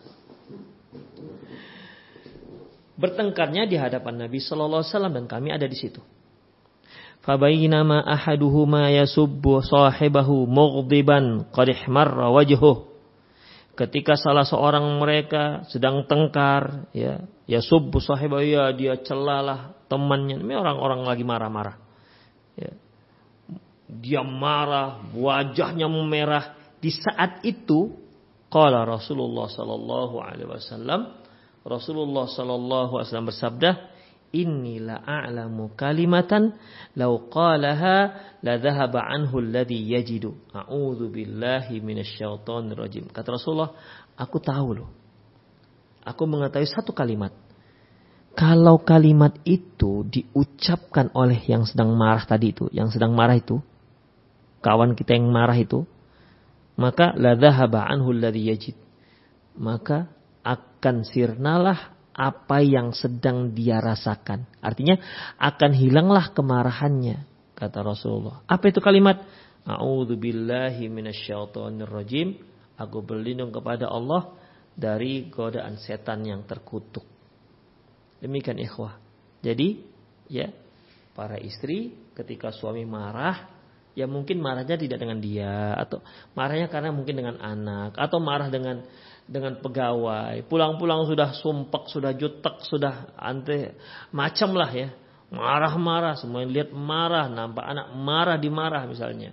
Bertengkarnya di hadapan Nabi sallallahu alaihi wasallam dan kami ada di situ. Fabainama ahaduhuma yasubbu sahibahu mughdiban qad ihmarra wajhuhu. Ketika salah seorang mereka sedang tengkar, ya, yasubbu sahibahu, ya, dia celalah temannya. Ini orang-orang lagi marah-marah. Ya. Dia marah, wajahnya memerah. Di saat itu, qala Rasulullah sallallahu alaihi wasallam, Rasulullah sallallahu alaihi wasallam bersabda, inni la a'lamu kalimatan law qalaha la dhahaba anhu alladhi yajidu. A'udzu billahi minasyaitonir rajim. Kata Rasulullah, aku tahu loh. Aku mengetahui satu kalimat. Kalau kalimat itu diucapkan oleh yang sedang marah tadi itu, yang sedang marah itu, kawan kita yang marah itu, maka la dhahaba anhu alladhi yajid. Maka akan sirnalah apa yang sedang dia rasakan. Artinya akan hilanglah kemarahannya, kata Rasulullah. Apa itu kalimat? A'udzubillahi minasyaitonir rajim. Aku berlindung kepada Allah dari godaan setan yang terkutuk. Demikian ikhwah. Jadi, ya, para istri ketika suami marah, ya mungkin marahnya tidak dengan dia, atau marahnya karena mungkin dengan anak, atau marah dengan dengan pegawai, pulang-pulang sudah sumpek, sudah jutek, sudah aneh, macam lah ya, marah-marah, semua yang lihat marah, nampak anak marah dimarah misalnya,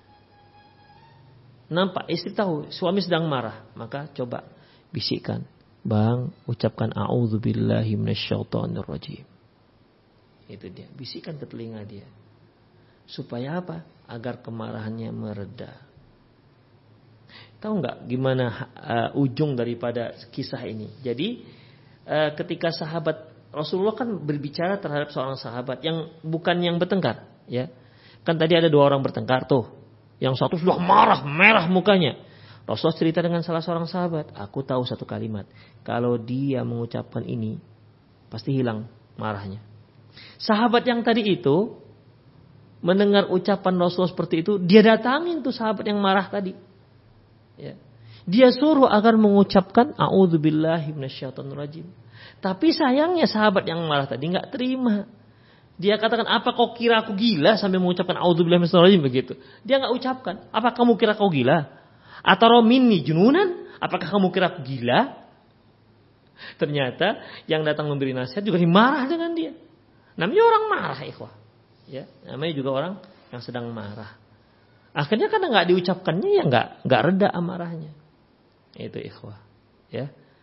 nampak istri tahu suami sedang marah, maka coba bisikkan, bang, ucapkan a'udzubillahi minasyaitonir rajim. Itu dia, bisikkan ke telinga dia, supaya apa? Agar kemarahannya mereda. Tahu nggak gimana uh, ujung daripada kisah ini? Jadi uh, ketika sahabat Rasulullah kan berbicara terhadap seorang sahabat yang bukan yang bertengkar, ya. Kan tadi ada dua orang bertengkar tuh. Yang satu sudah marah, merah mukanya. Rasulullah cerita dengan salah seorang sahabat, aku tahu satu kalimat. Kalau dia mengucapkan ini, pasti hilang marahnya. Sahabat yang tadi itu mendengar ucapan Rasulullah seperti itu, dia datangin tuh sahabat yang marah tadi. Ya. Dia suruh agar mengucapkan a'udzubillahi minasyaitonir rajim. Tapi sayangnya sahabat yang marah tadi enggak terima. Dia katakan, "Apa kau kira aku gila sampai mengucapkan a'udzubillahi minasyaitonir rajim?" begitu. Dia enggak ucapkan. "Apa kamu kira kau gila? Atau minni jununan? Apakah kamu kira aku gila?" Ternyata yang datang memberi nasihat juga dimarah dengan dia. Namanya orang marah, ikhwah. Ya, namanya juga orang yang sedang marah. Akhirnya karena nggak diucapkannya, ya nggak nggak reda amarahnya. Itu ikhwah, ya.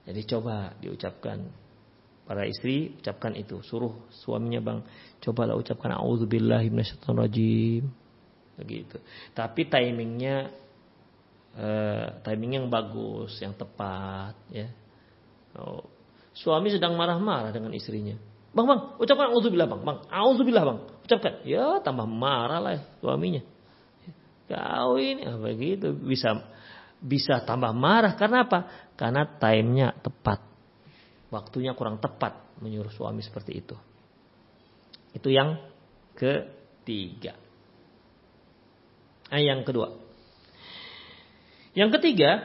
Jadi coba diucapkan, para istri ucapkan itu, suruh suaminya, bang, cobalah ucapkan a'udzubillahi minasyaitonirrajim, begitu. Tapi timingnya eh, timing yang bagus, yang tepat, ya. Oh, suami sedang marah-marah dengan istrinya, bang, bang, ucapkan a'udzubillah, bang, bang, a'udzubillah, bang, ucapkan, ya tambah marah lah suaminya. Kau ini apa gitu, bisa bisa tambah marah karena apa? Karena timenya tepat, waktunya kurang tepat menyuruh suami seperti itu. Itu yang ketiga. Nah, yang kedua, yang ketiga,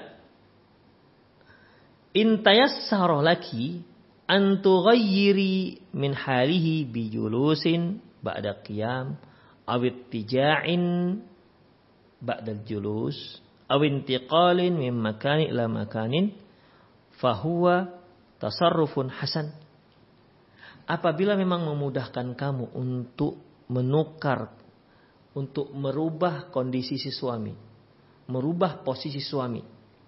intayassara laki an tughayyiri min halihi bi julusin ba'da qiyam aw ittija'in ba'da julus aw intiqalin min makani ila makanin fahuwa tasarrufun hasan. Apabila memang memudahkan kamu untuk menukar, untuk merubah kondisi si suami, merubah posisi suami,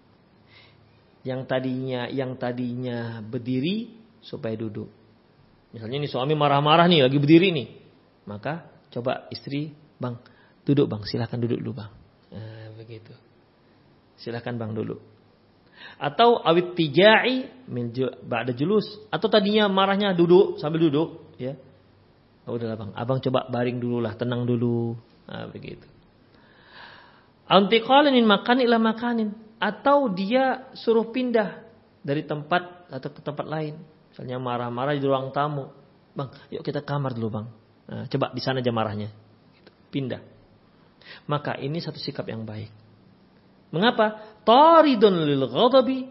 yang tadinya yang tadinya berdiri supaya duduk. Misalnya nih suami marah-marah nih, lagi berdiri nih, maka coba istri, bang, duduk bang, silahkan duduk dulu bang. Nah, begitu. Silahkan bang dulu. Atau awit tijai min ba'da julus. Atau tadinya marahnya duduk sambil duduk, ya. Oh, udahlah bang, abang coba baring dulu lah, tenang dulu. Nah, begitu. Antiqalin min makanin ila makanin. Atau dia suruh pindah dari tempat atau ke tempat lain. Misalnya marah-marah di ruang tamu, bang, yuk kita kamar dulu bang. Nah, coba di sana aja marahnya. Pindah. Maka ini satu sikap yang baik. Mengapa? Taridun lil ghadabi.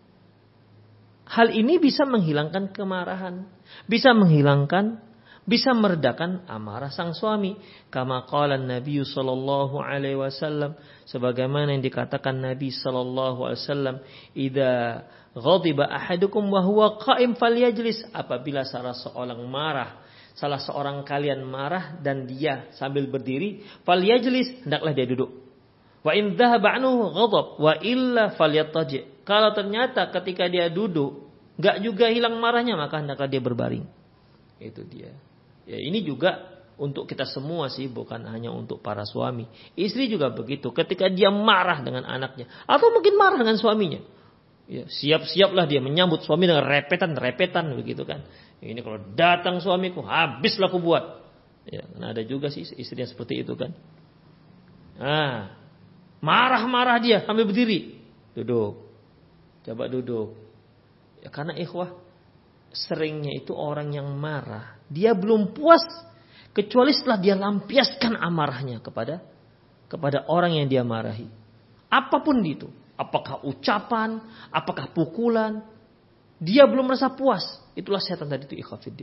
Hal ini bisa menghilangkan kemarahan, bisa menghilangkan, bisa meredakan amarah sang suami. Kama qala Nabi sallallahu alaihi wasallam, sebagaimana yang dikatakan Nabi sallallahu alaihi wasallam, idza ghadiba ahadukum wa huwa qa'im falyajlis. Apabila salah seorang marah, salah seorang kalian marah dan dia sambil berdiri, falyajlis, hendaklah dia duduk. Wa in dhahaba anhu ghadab wa illa falyattaji. Kalau ternyata ketika dia duduk enggak juga hilang marahnya, maka hendaklah dia berbaring. Itu dia. Ya, ini juga untuk kita semua sih, bukan hanya untuk para suami. Istri juga begitu. Ketika dia marah dengan anaknya atau mungkin marah dengan suaminya, ya, siap-siaplah dia menyambut suami dengan repetan-repetan begitu kan. Ini kalau datang suamiku, habislah aku buat. Ya, karena ada juga sih istri yang seperti itu kan. Nah, marah-marah dia sambil berdiri. Duduk. Coba duduk. Ya, karena ikhwah, seringnya itu orang yang marah, dia belum puas kecuali setelah dia lampiaskan amarahnya kepada kepada orang yang dia marahi. Apapun itu. Apakah ucapan, apakah pukulan, dia belum merasa puas. Itulah setan tadi itu, ikhwafiddin.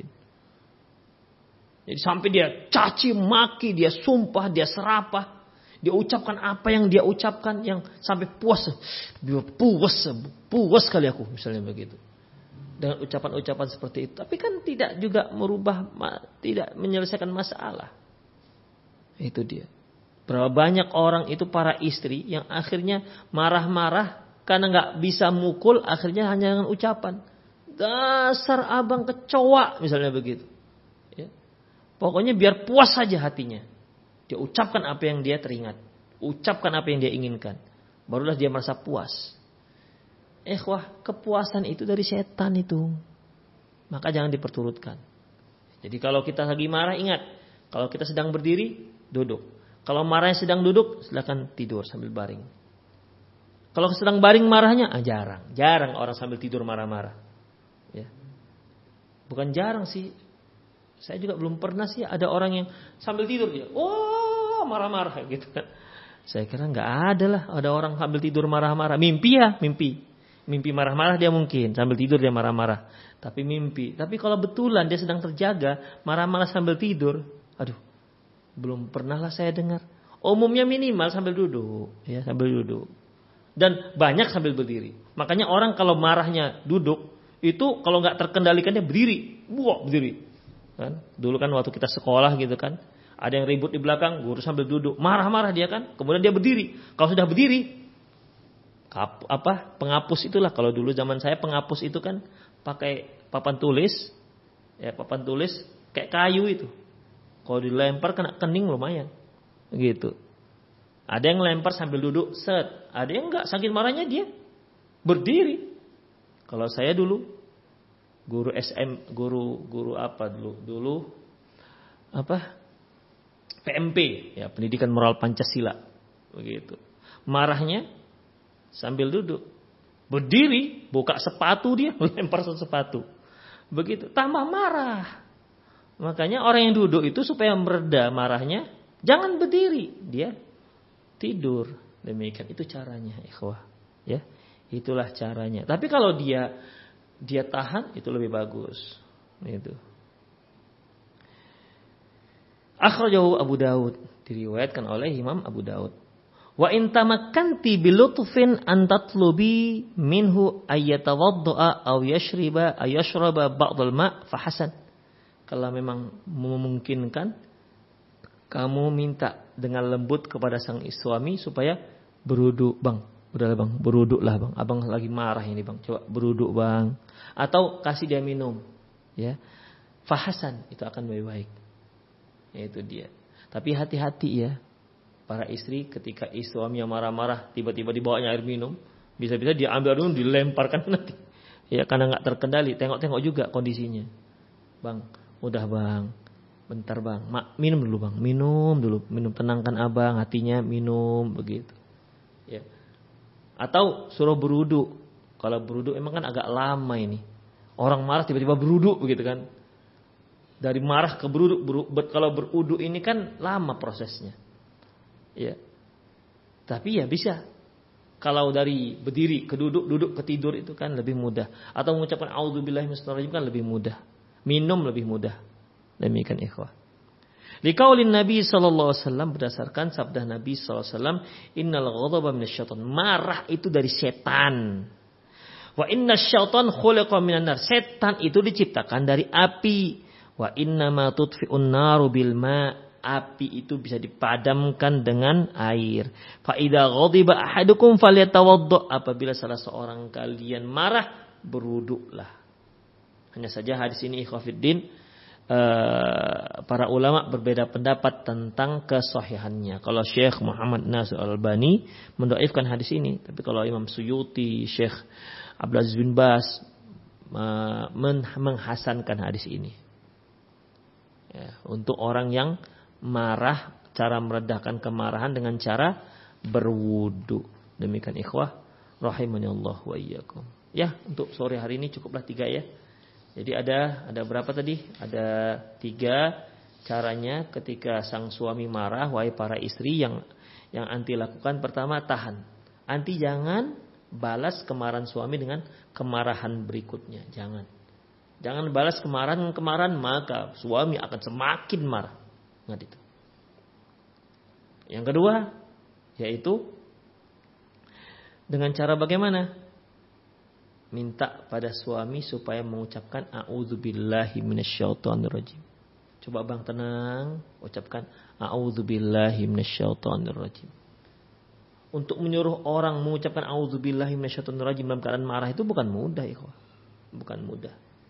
Jadi sampai dia caci maki, dia sumpah, dia serapah, dia ucapkan apa yang dia ucapkan yang sampai puas. Dia puas, puas kali aku, misalnya begitu. Dengan ucapan-ucapan seperti itu. Tapi kan tidak juga merubah, tidak menyelesaikan masalah. Itu dia. Berapa banyak orang itu para istri yang akhirnya marah-marah karena nggak bisa mukul, akhirnya hanya dengan ucapan. Dasar abang kecoa, misalnya begitu. Ya. Pokoknya biar puas saja hatinya. Dia ucapkan apa yang dia teringat. Ucapkan apa yang dia inginkan. Barulah dia merasa puas. Eh wah, kepuasan itu dari setan itu. Maka jangan diperturutkan. Jadi kalau kita lagi marah, ingat. Kalau kita sedang berdiri, duduk. Kalau marahnya sedang duduk, silakan tidur sambil baring. Kalau sedang baring marahnya, ah, jarang. Jarang orang sambil tidur marah-marah. Ya. Bukan jarang sih. Saya juga belum pernah sih ada orang yang sambil tidur dia, oh marah-marah gitu kan. Saya kira nggak ada lah ada orang sambil tidur marah-marah. Mimpi ya, mimpi. Mimpi marah-marah dia mungkin, sambil tidur dia marah-marah. Tapi mimpi. Tapi kalau betulan dia sedang terjaga, marah-marah sambil tidur, aduh, belum pernah lah saya dengar. Umumnya minimal sambil duduk, ya sambil duduk. Dan banyak sambil berdiri. Makanya orang kalau marahnya duduk, itu kalau nggak terkendalikan dia berdiri, buah berdiri. Kan? Dulu kan waktu kita sekolah gitu kan, ada yang ribut di belakang, guru sambil duduk, marah-marah dia kan, kemudian dia berdiri. Kalau sudah berdiri, kap, apa penghapus itulah. Kalau dulu zaman saya penghapus itu kan pakai papan tulis, ya papan tulis kayak kayu itu. Kalau dilempar kena kening lumayan, gitu. Ada yang lempar sambil duduk, set. Ada yang enggak, saking marahnya dia berdiri. Kalau saya dulu guru S M, guru guru apa dulu? Dulu apa? P M P, ya Pendidikan Moral Pancasila, begitu. Marahnya sambil duduk, berdiri, buka sepatu dia, lempar sepatu, begitu. Tambah marah. Makanya orang yang duduk itu supaya mereda marahnya, jangan berdiri, dia tidur. Demikian itu caranya, ikhwah. Ya, itulah caranya. Tapi kalau dia dia tahan, itu lebih bagus. Itu. Akhrajahu Abu Daud, diriwayatkan oleh Imam Abu Daud. Wa in tamakkanti bilutfin an tatlubi minhu ayyatawaddaa aw yashriba ay yashraba ba'd al-ma' fa hasan. Kalau memang memungkinkan, kamu minta dengan lembut kepada sang suami supaya berwudu, bang. Udahlah bang, berwuduklah bang. Abang lagi marah ini bang. Coba berwuduk bang. Atau kasih dia minum, ya. Fahasan, itu akan lebih baik. Itu dia. Tapi hati-hati ya, para istri ketika suami yang marah-marah tiba-tiba dibawanya air minum, bisa-bisa dia ambil air minum dilemparkan nanti. Ya karena nggak terkendali. Tengok-tengok juga kondisinya, bang. Udah bang, bentar bang, mak minum dulu bang, minum dulu, minum tenangkan abang hatinya, minum begitu, ya. Atau suruh berwudu, kalau berwudu emang kan agak lama ini, orang marah tiba-tiba berwudu begitu kan, dari marah ke berwudu, ber, kalau berwudu ini kan lama prosesnya, ya. Tapi ya bisa, kalau dari berdiri ke duduk, duduk ke tidur itu kan lebih mudah, atau mengucapkan a'udzubillahi minasyaitonir rajim kan lebih mudah. Minum lebih mudah. Demikian ikhwah. Liqaulin Nabi sallallahu alaihi wasallam, berdasarkan sabda Nabi sallallahu alaihi wasallam, innal ghadaba minasyaiton. Marah itu dari setan. Wa innasyaiton khuliqa minan nar. Setan itu diciptakan dari api. Wa innama tudfi'un naru bil ma'. Api itu bisa dipadamkan dengan air. Fa idza ghadiba ahadukum falyatawaddo. Apabila salah seorang kalian marah, berwuduklah. Hanya saja hadis ini ikhwafiddin, uh, para ulama berbeda pendapat tentang kesahihannya. Kalau Syekh Muhammad Nasir Al-Albani mendoaifkan hadis ini, tapi kalau Imam Suyuti, Syekh Abdul Aziz bin Baz uh, menghasankan hadis ini. Ya, untuk orang yang marah, cara meredahkan kemarahan dengan cara berwudu. Demikian ikhwah rahimanallah wa iyyakum. Ya, untuk sore hari ini cukuplah tiga ya. Jadi ada ada berapa tadi? Ada tiga caranya ketika sang suami marah, wahai para istri, yang yang anti lakukan. Pertama, tahan. Anti jangan balas kemarahan suami dengan kemarahan berikutnya. Jangan. Jangan balas kemarahan kemarahan, maka suami akan semakin marah. Ingat itu. Yang kedua, yaitu dengan cara bagaimana? Minta pada suami supaya mengucapkan a'udzubillahi minasyaitonirrajim. Coba bang tenang, ucapkan a'udzubillahi minasyaitonirrajim. Untuk menyuruh orang mengucapkan a'udzubillahi minasyaitonirrajim dalam keadaan marah itu bukan mudah, ikhwah. Bukan mudah.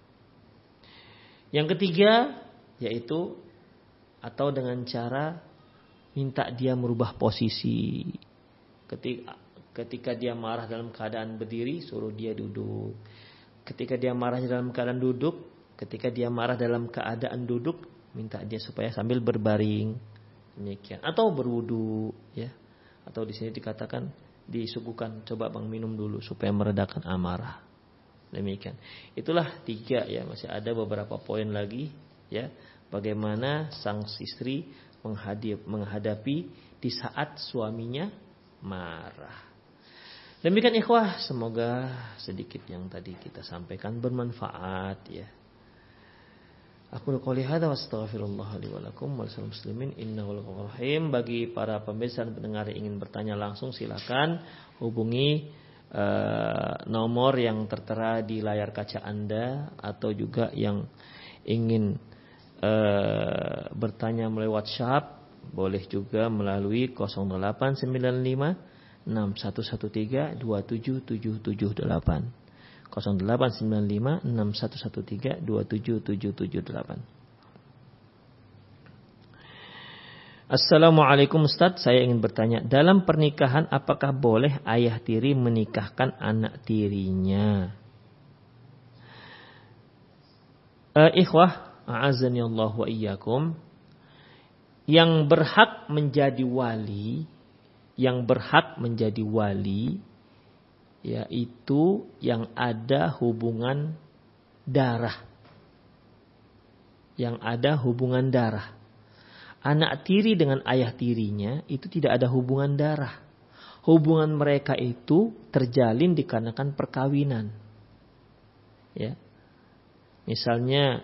Yang ketiga, yaitu atau dengan cara minta dia merubah posisi. Ketika Ketika dia marah dalam keadaan berdiri, suruh dia duduk. Ketika dia marah dalam keadaan duduk, ketika dia marah dalam keadaan duduk, minta dia supaya sambil berbaring, demikian. Atau berwudu, ya. Atau di sini dikatakan disuguhkan, coba bang minum dulu supaya meredakan amarah. Demikian. Itulah tiga ya, masih ada beberapa poin lagi, ya. Bagaimana sang istri menghadapi di saat suaminya marah. Demikian ikhwah, semoga sedikit yang tadi kita sampaikan bermanfaat ya. Aku qouli hadza wa astaghfirullah li wa lakum wa lisal muslimin innahu ghafurur rahim. Bagi para pemirsa dan pendengar yang ingin bertanya langsung, silakan hubungi uh, nomor yang tertera di layar kaca Anda, atau juga yang ingin uh, bertanya melalui WhatsApp boleh juga melalui nol delapan sembilan lima enam satu satu tiga dua tujuh tujuh tujuh delapan. nol delapan sembilan lima enam satu satu tiga dua tujuh tujuh tujuh delapan. Assalamualaikum Ustaz, saya ingin bertanya, dalam pernikahan apakah boleh ayah tiri menikahkan anak tirinya? Uh, ikhwah, a'azani Allah wa iyyakum, yang berhak menjadi wali, yang berhak menjadi wali, yaitu yang ada hubungan darah. Yang ada hubungan darah. Anak tiri dengan ayah tirinya itu tidak ada hubungan darah. Hubungan mereka itu terjalin dikarenakan perkawinan. Ya. Misalnya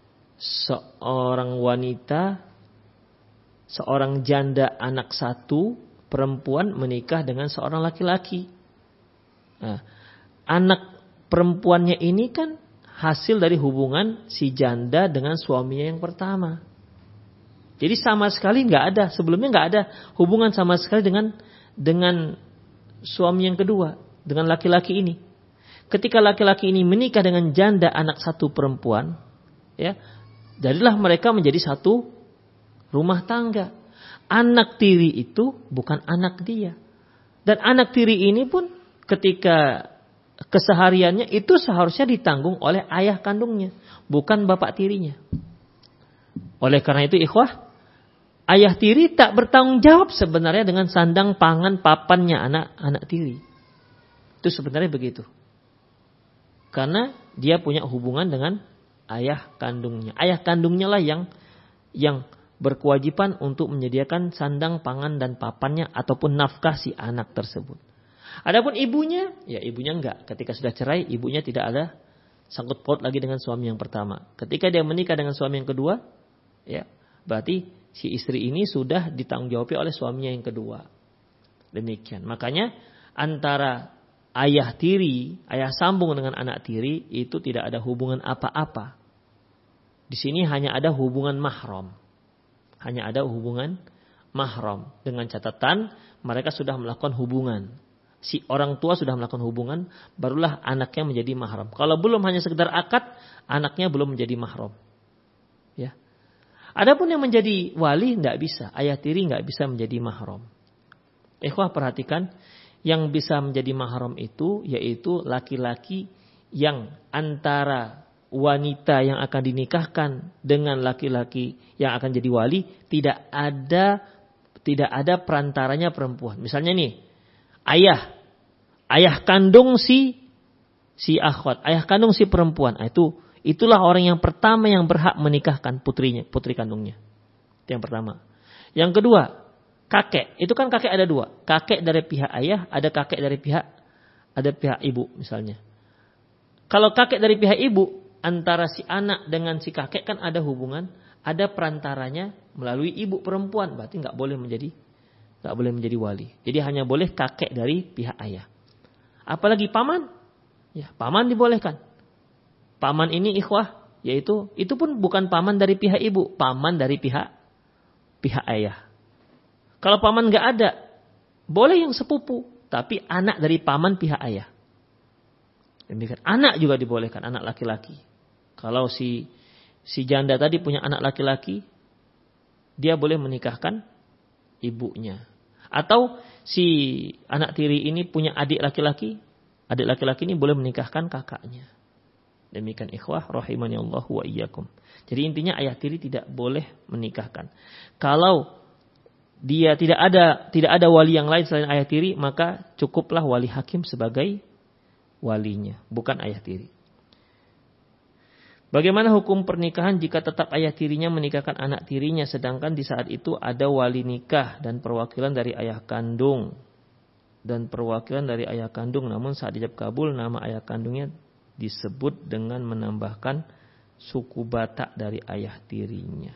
seorang wanita, seorang janda anak satu, perempuan menikah dengan seorang laki-laki. Nah, anak perempuannya ini kan hasil dari hubungan si janda dengan suaminya yang pertama. Jadi sama sekali nggak ada, sebelumnya nggak ada hubungan sama sekali dengan dengan suami yang kedua, dengan laki-laki ini. Ketika laki-laki ini menikah dengan janda anak satu perempuan, ya, jadilah mereka menjadi satu rumah tangga. Anak tiri itu bukan anak dia, dan anak tiri ini pun ketika kesehariannya itu seharusnya ditanggung oleh ayah kandungnya, bukan bapak tirinya. Oleh karena itu ikhwah, ayah tiri tak bertanggung jawab sebenarnya dengan sandang pangan papannya anak-anak tiri. Itu sebenarnya begitu. Karena dia punya hubungan dengan ayah kandungnya. Ayah kandungnya lah yang yang berkewajiban untuk menyediakan sandang pangan dan papannya ataupun nafkah si anak tersebut. Adapun ibunya, ya ibunya enggak. Ketika sudah cerai, ibunya tidak ada sangkut paut lagi dengan suami yang pertama. Ketika dia menikah dengan suami yang kedua, ya berarti si istri ini sudah ditanggung-jawabi oleh suaminya yang kedua. Demikian. Makanya antara ayah tiri, ayah sambung dengan anak tiri itu tidak ada hubungan apa-apa. Di sini hanya ada hubungan mahram. Hanya ada hubungan mahram. Dengan catatan mereka sudah melakukan hubungan. Si orang tua sudah melakukan hubungan, barulah anaknya menjadi mahram. Kalau belum hanya sekedar akad, anaknya belum menjadi mahram. Ya. Adapun yang menjadi wali tidak bisa, ayah tiri tidak bisa menjadi mahram. Ikhwah perhatikan, yang bisa menjadi mahram itu yaitu laki-laki yang antara wanita yang akan dinikahkan dengan laki-laki yang akan jadi wali tidak ada tidak ada perantaranya perempuan. Misalnya nih, ayah, ayah kandung si si akhwat, ayah kandung si perempuan, itu itulah orang yang pertama yang berhak menikahkan putrinya, putri kandungnya. Itu yang pertama. Yang kedua, kakek. Itu kan kakek ada dua. Kakek dari pihak ayah, ada kakek dari pihak ada pihak ibu misalnya. Kalau kakek dari pihak ibu, antara si anak dengan si kakek kan ada hubungan, ada perantaranya melalui ibu perempuan, berarti nggak boleh menjadi nggak boleh menjadi wali. Jadi hanya boleh kakek dari pihak ayah. Apalagi paman, ya paman dibolehkan. Paman ini ikhwah, yaitu itu pun bukan paman dari pihak ibu, paman dari pihak pihak ayah. Kalau paman nggak ada, boleh yang sepupu, tapi anak dari paman pihak ayah. Demikian. Anak juga dibolehkan, anak laki-laki. Kalau si si janda tadi punya anak laki-laki, dia boleh menikahkan ibunya. Atau si anak tiri ini punya adik laki-laki, adik laki-laki ini boleh menikahkan kakaknya. Demikian ikhwah rahimani Allah wa iyyakum. Jadi intinya ayah tiri tidak boleh menikahkan. Kalau dia tidak ada tidak ada wali yang lain selain ayah tiri, maka cukuplah wali hakim sebagai walinya, bukan ayah tiri. Bagaimana hukum pernikahan jika tetap ayah tirinya menikahkan anak tirinya sedangkan di saat itu ada wali nikah dan perwakilan dari ayah kandung dan perwakilan dari ayah kandung, namun saat ijab kabul nama ayah kandungnya disebut dengan menambahkan suku Batak dari ayah tirinya.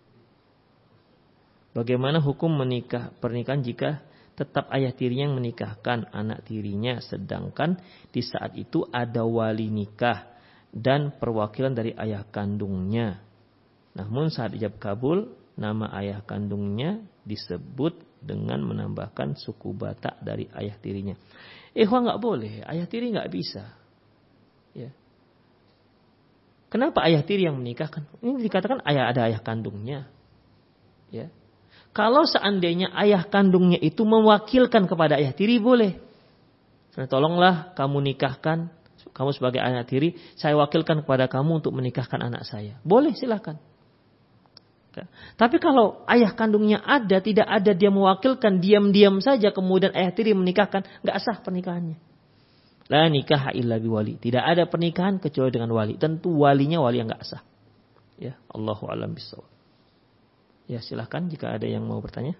Bagaimana hukum menikah pernikahan jika tetap ayah tirinya yang menikahkan anak tirinya sedangkan di saat itu ada wali nikah dan perwakilan dari ayah kandungnya. Namun saat ijab kabul nama ayah kandungnya disebut dengan menambahkan suku Batak dari ayah tirinya. Ikhwan nggak boleh, ayah tiri nggak bisa. Ya. Kenapa ayah tiri yang menikahkan? Ini dikatakan ayah ada ayah kandungnya. Ya. Kalau seandainya ayah kandungnya itu mewakilkan kepada ayah tiri boleh. Nah, tolonglah kamu nikahkan, kamu sebagai ayah tiri, saya wakilkan kepada kamu untuk menikahkan anak saya. Boleh, silakan. Tapi kalau ayah kandungnya ada, tidak ada, dia mewakilkan, diam-diam saja kemudian ayah tiri menikahkan, nggak sah pernikahannya. La nikah illa biwali. Tidak ada pernikahan kecuali dengan wali. Tentu walinya wali yang nggak sah. Ya, Allahu a'lam bishawab. Ya, silahkan jika ada yang mau bertanya.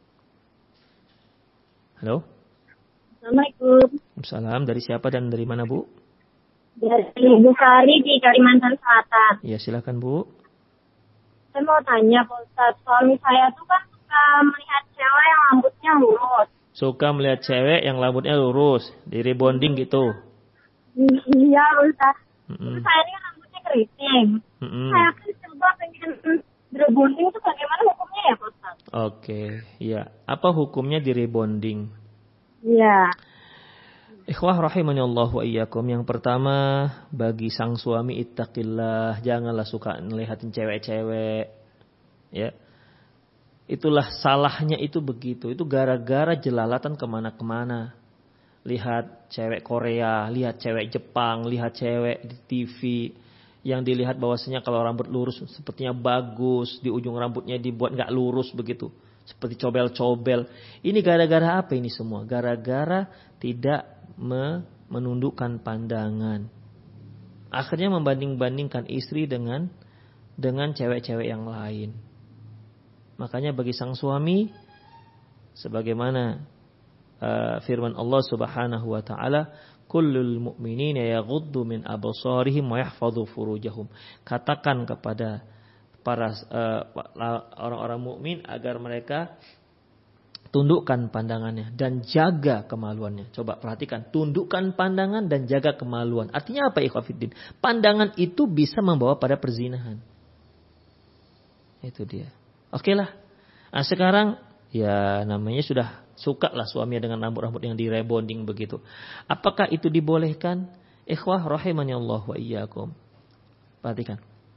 Halo. Assalamualaikum. Salam. Dari siapa dan dari mana, Bu? Dari Bu Sari di Kalimantan Selatan. Ya, silakan, Bu. Saya mau tanya, Pak Ustadz, suami saya tuh kan suka melihat cewek yang rambutnya lurus. Suka melihat cewek yang rambutnya lurus, di rebonding gitu. Iya, Ustadz. Mm-mm. Terus saya ini kan rambutnya keriting. Mm-mm. Saya kan coba pengen rebonding itu bagaimana hukumnya ya, Pak Ustadz? Oke, ya. Apa hukumnya di rebonding? Iya. Ikhwah rahimani Allah wa iyyakum. Yang pertama, bagi sang suami ittaqillah, janganlah suka ngelihatin cewek-cewek. Ya. Itulah salahnya itu begitu. Itu gara-gara jelalatan kemana-kemana. Lihat cewek Korea, lihat cewek Jepang, lihat cewek di T V. Yang dilihat bahwasanya kalau rambut lurus sepertinya bagus, di ujung rambutnya dibuat nggak lurus begitu. Seperti cobel-cobel. Ini gara-gara apa ini semua? Gara-gara tidak menundukkan pandangan. Akhirnya membanding-bandingkan istri dengan dengan cewek-cewek yang lain. Makanya bagi sang suami, sebagaimana uh, firman Allah Subhanahu wa taala, kullul mu'minina yaghuddu min absarihim wa yahfadhu furujahum. Katakan kepada para uh, orang-orang mukmin agar mereka tundukkan pandangannya dan jaga kemaluannya. Coba perhatikan, tundukkan pandangan dan jaga kemaluan. Artinya apa, ikhwatiddin? Pandangan itu bisa membawa pada perzinahan. Itu dia. Oke lah. Nah sekarang ya namanya sudah suka lah suaminya dengan rambut-rambut yang direbonding begitu. Apakah itu dibolehkan? Ikhwah rahimani Allah wa iyyakum. Perhatikan.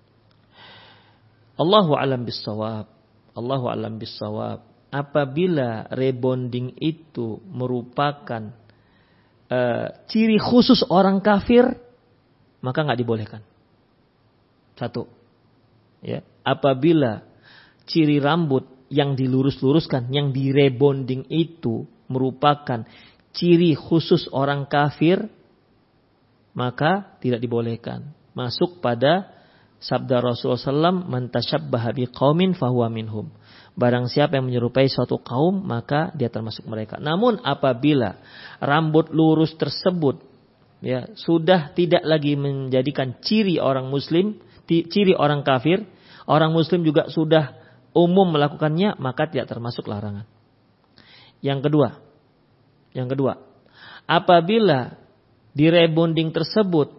Allahu a'lam bis-shawab. Allahu a'lam bis-shawab. Apabila rebonding itu merupakan uh, ciri khusus orang kafir, maka nggak dibolehkan. Satu, ya. Apabila ciri rambut yang dilurus-luruskan, yang direbonding itu merupakan ciri khusus orang kafir, maka tidak dibolehkan. Masuk pada sabda Rasulullah shallallahu alaihi wasallam, "Man tashabbaha biqaumin fahuwa minhum." Barang siapa yang menyerupai suatu kaum, maka dia termasuk mereka. Namun apabila rambut lurus tersebut ya sudah tidak lagi menjadikan ciri orang muslim, ciri orang kafir, orang muslim juga sudah umum melakukannya, maka tidak termasuk larangan. Yang kedua, yang kedua, apabila di rebonding tersebut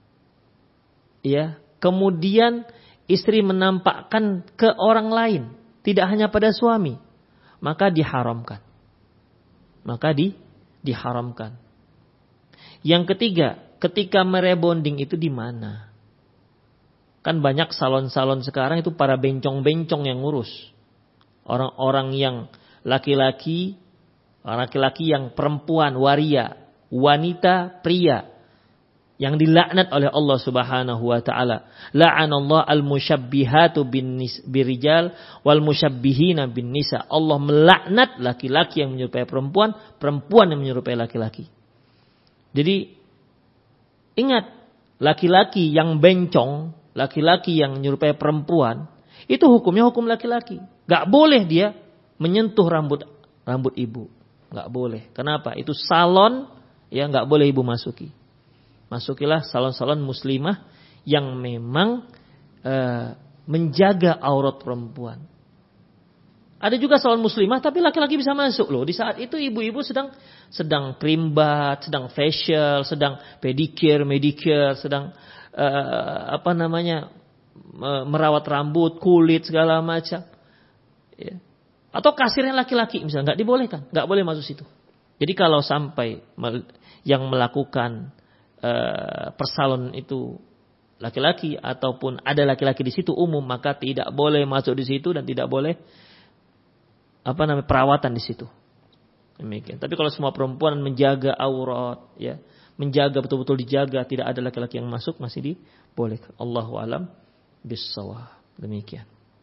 ya kemudian istri menampakkan ke orang lain, tidak hanya pada suami, maka diharamkan. Maka di, diharamkan. Yang ketiga, ketika merebonding itu di mana? Kan banyak salon-salon sekarang itu para bencong-bencong yang ngurus. Orang-orang yang laki-laki, laki-laki yang perempuan, waria, wanita, pria, yang dilaknat oleh Allah Subhanahu wa taala. La'anallahu al-musyabbihatu bin birijal wal musyabbihina bin nisa. Allah melaknat laki-laki yang menyerupai perempuan, perempuan yang menyerupai laki-laki. Jadi ingat, laki-laki yang bencong, laki-laki yang menyerupai perempuan, itu hukumnya hukum laki-laki. Gak boleh dia menyentuh rambut rambut ibu. Gak boleh. Kenapa? Itu salon, ya gak boleh ibu masuki. Masukilah salon-salon muslimah yang memang e, menjaga aurat perempuan. Ada juga salon muslimah tapi laki-laki bisa masuk loh. Di saat itu ibu-ibu sedang sedang cream bath, sedang facial, sedang pedicure, medicure, sedang e, apa namanya e, merawat rambut, kulit segala macam. Ya. Atau kasirnya laki-laki misalnya, nggak dibolehkan, nggak boleh masuk situ. Jadi kalau sampai yang melakukan uh, persalon itu laki-laki ataupun ada laki-laki di situ umum, maka tidak boleh masuk di situ dan tidak boleh apa namanya perawatan di situ. Demikian. Tapi kalau semua perempuan menjaga aurat, ya, menjaga betul-betul dijaga, tidak ada laki-laki yang masuk, masih dibolehkan. Allahu a'lam bissawab. Demikian.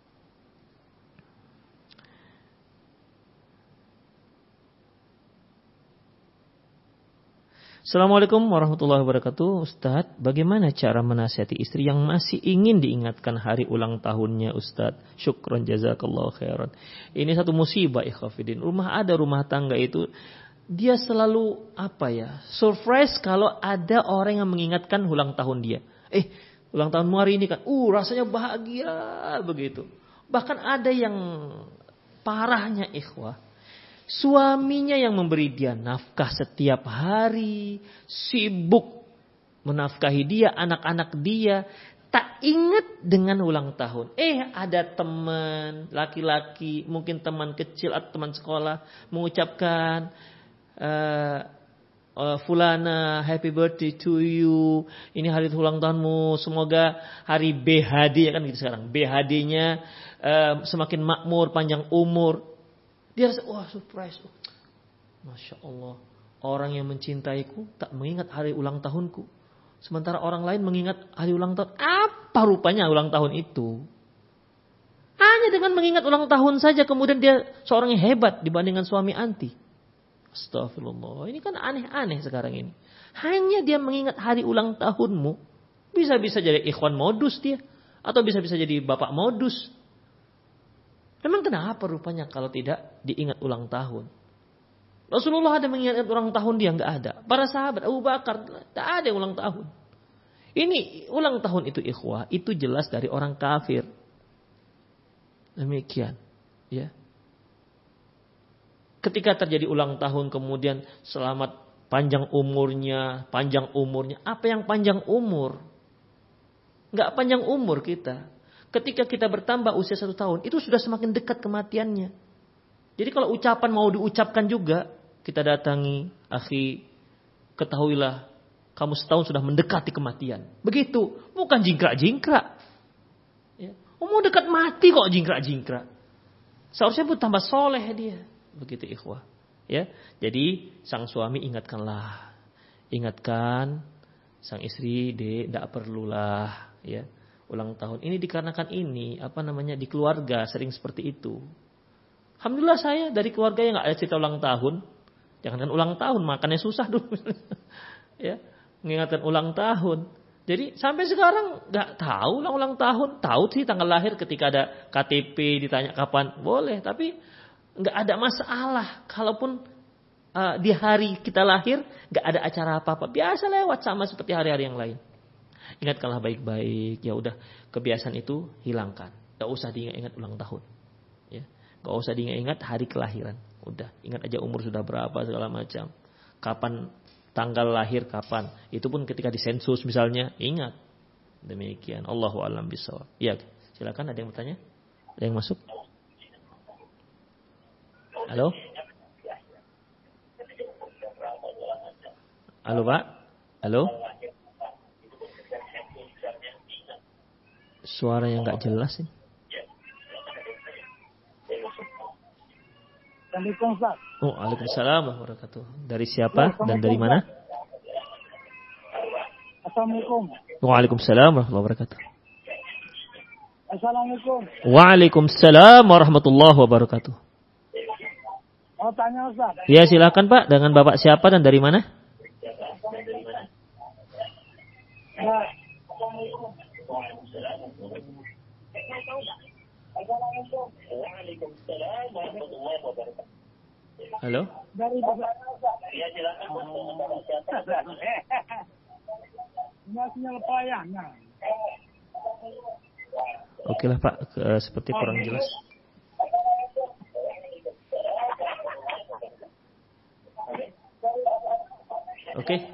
Assalamualaikum warahmatullahi wabarakatuh. Ustadz, bagaimana cara menasihati istri yang masih ingin diingatkan hari ulang tahunnya, Ustadz? Syukron jazakallahu khairan. Ini satu musibah, ikhwafidin. Rumah ada rumah tangga itu, dia selalu apa ya, surprise kalau ada orang yang mengingatkan ulang tahun dia. Eh, ulang tahunmu hari ini kan, uh rasanya bahagia begitu. Bahkan ada yang parahnya, ikhwah. Suaminya yang memberi dia nafkah setiap hari, sibuk menafkahi dia, anak-anak dia, tak ingat dengan ulang tahun. Eh, ada teman laki-laki, mungkin teman kecil atau teman sekolah mengucapkan, uh, uh, Fulana, happy birthday to you. Ini hari ulang tahunmu, semoga hari B H D, ya kan gitu sekarang. B H D-nya uh, semakin makmur, panjang umur. Dia rasa, wah surprise. Masya Allah. Orang yang mencintaiku tak mengingat hari ulang tahunku. Sementara orang lain mengingat hari ulang tahun. Apa rupanya ulang tahun itu? Hanya dengan mengingat ulang tahun saja kemudian dia seorang yang hebat dibandingkan suami anti. Astagfirullah. Ini kan aneh-aneh sekarang ini. Hanya dia mengingat hari ulang tahunmu. Bisa-bisa jadi ikhwan modus dia. Atau bisa-bisa jadi bapak modus. Memang kenapa rupanya kalau tidak diingat ulang tahun? Rasulullah ada mengingat ulang tahun dia, enggak ada. Para sahabat Abu Bakar tak ada ulang tahun. Ini ulang tahun itu ikhwah, itu jelas dari orang kafir. Demikian, ya. Ketika terjadi ulang tahun kemudian selamat panjang umurnya, panjang umurnya. Apa yang panjang umur? Enggak panjang umur kita. Ketika kita bertambah usia satu tahun, itu sudah semakin dekat kematiannya. Jadi kalau ucapan mau diucapkan juga, kita datangi, akhi, ketahuilah, kamu setahun sudah mendekati kematian. Begitu, bukan jingkrak-jingkrak. Ya. Oh, mau dekat mati kok jingkrak-jingkrak. Seharusnya pun tambah soleh dia. Begitu ikhwah. Ya. Jadi sang suami ingatkanlah. Ingatkan sang istri, dek, tidak perlulah. Ya. Ulang tahun ini dikarenakan ini apa namanya di keluarga sering seperti itu. Alhamdulillah saya dari keluarga yang nggak ada cerita ulang tahun. Jangankan ulang tahun, makannya susah dulu. Ya, mengingatkan ulang tahun. Jadi sampai sekarang nggak tahu ulang ulang tahun. Tahu sih tanggal lahir ketika ada K T P ditanya kapan boleh, tapi nggak ada masalah. Kalaupun uh, di hari kita lahir nggak ada acara apa-apa, biasa lewat sama seperti hari-hari yang lain. Ingatkanlah baik-baik, ya udah kebiasaan itu hilangkan. Gak usah diingat-ingat ulang tahun, ya. Gak usah diingat-ingat hari kelahiran. Udah, ingat aja umur sudah berapa segala macam. Kapan tanggal lahir kapan? Itu pun ketika disensus misalnya, ingat. Demikian. Allahu a'lam bishawab. Ya, silakan ada yang bertanya? Ada yang masuk? Halo? Halo Pak? Halo? Suara yang nggak jelas ini. Oh, Waalaikumsalam warahmatullahi wabarakatuh. Dari siapa dan dari mana? Assalamualaikum. Waalaikumsalam warahmatullahi wabarakatuh. Assalamualaikum. Waalaikumsalam warahmatullahi wabarakatuh. Mau tanya Ustaz? Ya silakan Pak. Dengan Bapak siapa dan dari mana? Ya. Halo. Dari Bapak. Ya silakan. Ini sinyal pelayanan. Oke lah Pak, uh, seperti kurang jelas. Oke. Okay.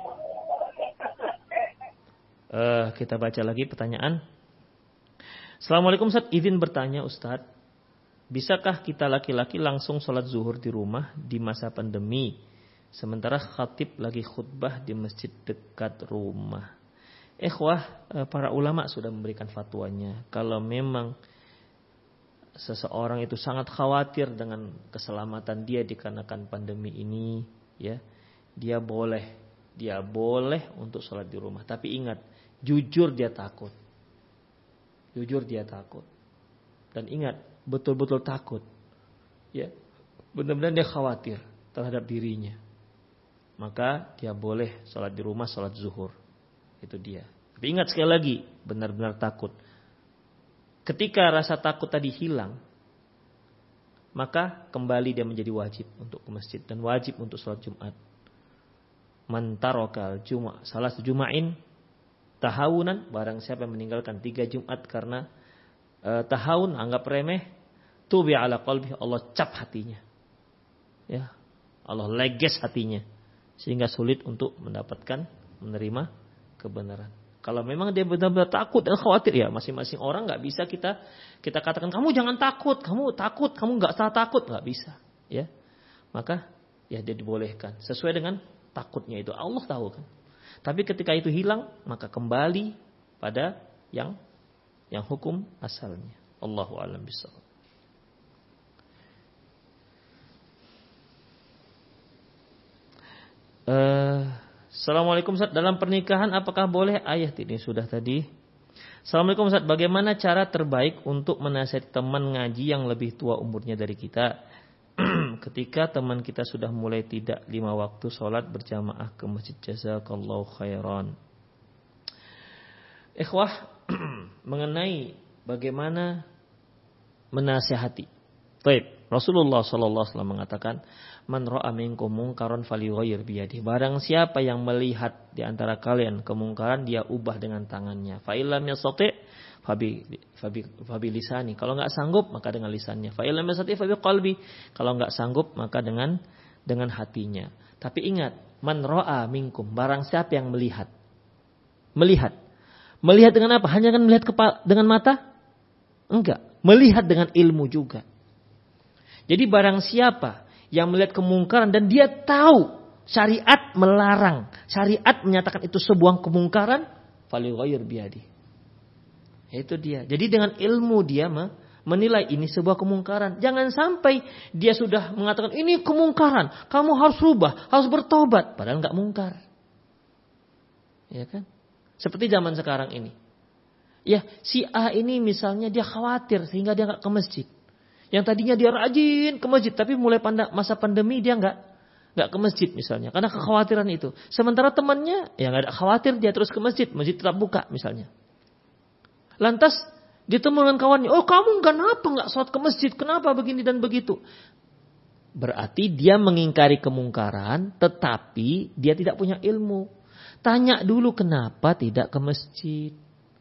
Uh, kita baca lagi pertanyaan. Assalamualaikum Ustaz, izin bertanya Ustaz. bisakah kita laki-laki langsung sholat zuhur di rumah di masa pandemi, sementara khatib lagi khutbah di masjid dekat rumah? Ikhwah, para ulama sudah memberikan fatwanya. Kalau memang seseorang itu sangat khawatir dengan keselamatan dia dikarenakan pandemi ini, ya, dia boleh, dia boleh untuk sholat di rumah. Tapi ingat, jujur dia takut. Jujur dia takut. Dan ingat, betul-betul takut. Ya, benar-benar dia khawatir terhadap dirinya. Maka dia boleh sholat di rumah, sholat zuhur. Itu dia. Tapi ingat sekali lagi, benar-benar takut. Ketika rasa takut tadi hilang, maka kembali dia menjadi wajib untuk ke masjid dan wajib untuk sholat Jumat. Man tarokal Jumat, salah satu Juma'in tahawunan, barang siapa yang meninggalkan tiga Jumat karena uh, tahawun, anggap remeh, tubi ala qalbi, Allah cap hatinya. Ya, Allah leges hatinya sehingga sulit untuk mendapatkan menerima kebenaran. Kalau memang dia benar-benar takut dan khawatir, ya masing-masing orang nggak bisa kita kita katakan kamu jangan takut, kamu takut, kamu nggak salah takut, nggak bisa, ya. Maka ya dia dibolehkan sesuai dengan takutnya itu, Allah tahu kan. Tapi ketika itu hilang, maka kembali pada yang yang hukum asalnya. Allahu a'lam bishawab. Uh, Assalamualaikum Ustaz, dalam pernikahan apakah boleh ayah ini sudah tadi. Assalamualaikum Ustaz, bagaimana cara terbaik untuk menasihati teman ngaji yang lebih tua umurnya dari kita ketika teman kita sudah mulai tidak lima waktu sholat berjamaah ke masjid? Jazakallahu khairan. Ikhwah, mengenai bagaimana menasihati. Baik, Rasulullah sallallahu alaihi wasallam mengatakan, man ra'a minkum munkaran falyughayyir biyadihi. Barang siapa yang melihat di antara kalian kemungkaran, dia ubah dengan tangannya. Fa illam yastati' fabi fabi fabi lisani. Kalau enggak sanggup maka dengan lisannya. Fa illam yastati' fabi qalbi. Kalau enggak sanggup maka dengan dengan hatinya. Tapi ingat, man ra'a minkum, barang siapa yang melihat. Melihat. Melihat dengan apa? Hanya kan melihat kepala, dengan mata? Enggak. Melihat dengan ilmu juga. Jadi barang siapa yang melihat kemungkaran dan dia tahu syariat melarang, syariat menyatakan itu sebuah kemungkaran, falyughayyir biyadihi. Itu dia. Jadi dengan ilmu dia menilai ini sebuah kemungkaran. Jangan sampai dia sudah mengatakan ini kemungkaran, kamu harus rubah, harus bertobat, padahal enggak mungkar. Ya kan? Seperti zaman sekarang ini. Ya, si A ini misalnya dia khawatir sehingga dia enggak ke masjid. Yang tadinya dia rajin ke masjid, tapi mulai masa pandemi dia nggak nggak ke masjid misalnya, karena kekhawatiran itu. Sementara temannya ya nggak ada khawatir, dia terus ke masjid, masjid tetap buka misalnya. Lantas ditemu dengan kawannya, oh kamu kenapa nggak sholat ke masjid, kenapa begini dan begitu? Berarti dia mengingkari kemungkaran, tetapi dia tidak punya ilmu. Tanya dulu kenapa tidak ke masjid.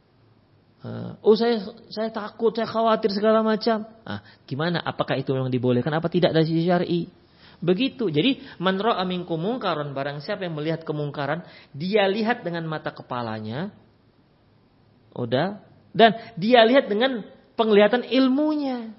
Oh saya saya takut, saya khawatir segala macam. Ah, gimana? Apakah itu memang dibolehkan? Apa tidak dari sisi syar'i? Begitu. Jadi man ra'a minkum munkaran, barang siapa yang melihat kemungkaran, dia lihat dengan mata kepalanya, udah, dan dia lihat dengan penglihatan ilmunya.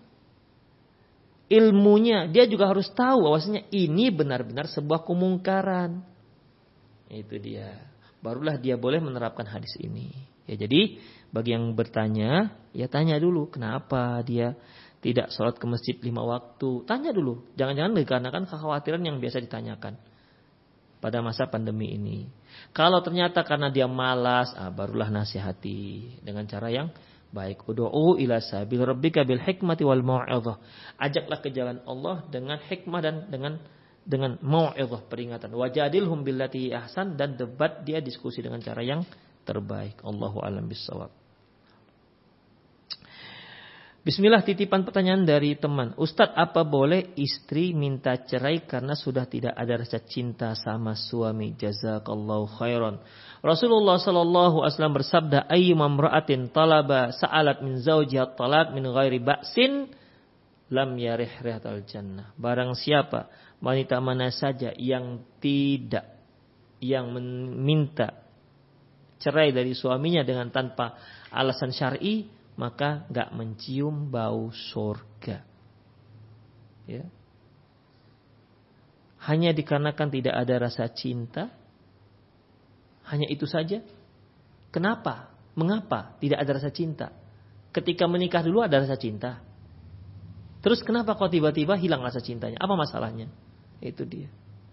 Ilmunya, dia juga harus tahu bahwasanya ini benar-benar sebuah kemungkaran. Itu dia. Barulah dia boleh menerapkan hadis ini. Ya, jadi bagi yang bertanya, ya tanya dulu kenapa dia tidak sholat ke masjid lima waktu. Tanya dulu, jangan-jangan dikarenakan kekhawatiran yang biasa ditanyakan pada masa pandemi ini. Kalau ternyata karena dia malas, ah, barulah nasihati dengan cara yang baik. Ud'u ila sabil rabbika bil hikmati wal mau'izah. Ajaklah ke jalan Allah dengan hikmah dan dengan dengan mau'izah, peringatan. Wajadilhum billati ahsan, dan debat dia diskusi dengan cara yang terbaik. Allahu a'lam bishawab. Bismillah, titipan pertanyaan dari teman. Ustadz, apa boleh istri minta cerai karena sudah tidak ada rasa cinta sama suami? Jazakallahu khairan. Rasulullah sallallahu alaihi wasallam bersabda, ayyuma imra'atin talaba sa'alat min zawjiha talaq min ghairi ba'sin lam yarih rihatal jannah. Barang siapa, wanita mana saja yang tidak, yang meminta cerai dari suaminya dengan tanpa alasan syar'i, maka enggak mencium bau surga. Ya. Hanya dikarenakan tidak ada rasa cinta, hanya itu saja. Kenapa? Mengapa tidak ada rasa cinta? Ketika menikah dulu ada rasa cinta. Terus kenapa kok tiba-tiba hilang rasa cintanya? Apa masalahnya? Itu dia.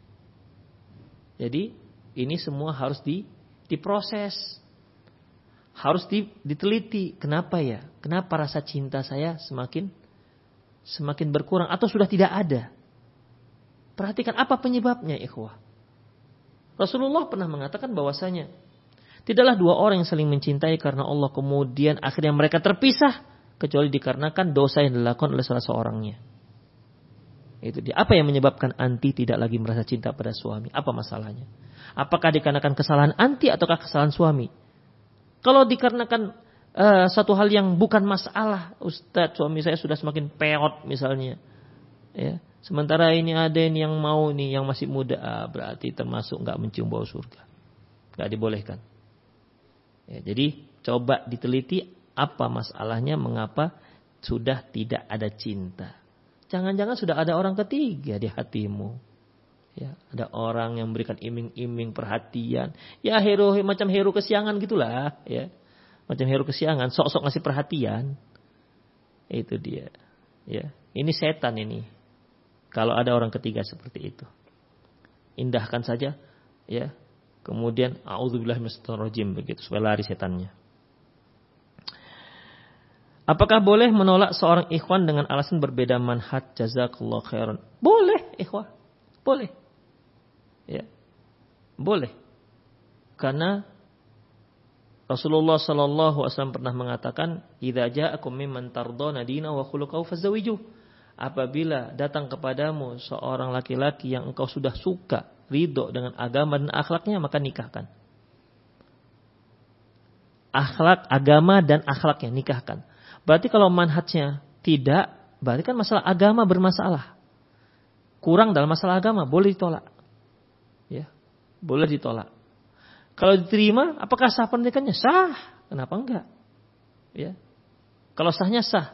Jadi ini semua harus di, diproses. Harus di, diteliti. Kenapa ya? Kenapa rasa cinta saya semakin semakin berkurang atau sudah tidak ada? Perhatikan apa penyebabnya, ikhwah. Rasulullah pernah mengatakan bahwasanya tidaklah dua orang yang saling mencintai karena Allah kemudian akhirnya mereka terpisah kecuali dikarenakan dosa yang dilakukan oleh salah seorangnya. Itu dia. Apa yang menyebabkan anti tidak lagi merasa cinta pada suami? Apa masalahnya? Apakah dikarenakan kesalahan anti ataukah kesalahan suami? Kalau dikarenakan uh, satu hal yang bukan masalah, Ustadz, suami saya sudah semakin peot misalnya, ya. Sementara ini ada yang mau nih yang masih muda, ah, berarti termasuk nggak mencium bau surga, nggak dibolehkan. Ya, jadi coba diteliti apa masalahnya, mengapa sudah tidak ada cinta. Jangan-jangan sudah ada orang ketiga di hatimu. Ya, ada orang yang memberikan iming-iming perhatian. Ya hero macam hero kesiangan gitulah, ya. Macam hero kesiangan, sok-sok ngasih perhatian. Itu dia. Ya, ini setan ini. Kalau ada orang ketiga seperti itu, indahkan saja, ya. Kemudian a'udzubillahi minasyaitonir rajim begitu supaya lari setannya. Apakah boleh menolak seorang ikhwan dengan alasan berbeda manhaj? Jazakallahu khairan. Boleh, ikhwah. Boleh. Ya. Boleh. Karena Rasulullah sallallahu alaihi wasallam pernah mengatakan, "Idza ja'akum mimman tardawna dinahu wa khuluquhu fazawijuh." Apabila datang kepadamu seorang laki-laki yang engkau sudah suka, ridho dengan agama dan akhlaknya, maka nikahkan. Akhlak, agama dan akhlaknya nikahkan. Berarti kalau manhajnya tidak, berarti kan masalah agama bermasalah. Kurang dalam masalah agama, boleh ditolak. Ya, boleh ditolak. Kalau diterima, apakah sah pernikahannya? Sah. Kenapa enggak? Ya. Kalau sahnya sah.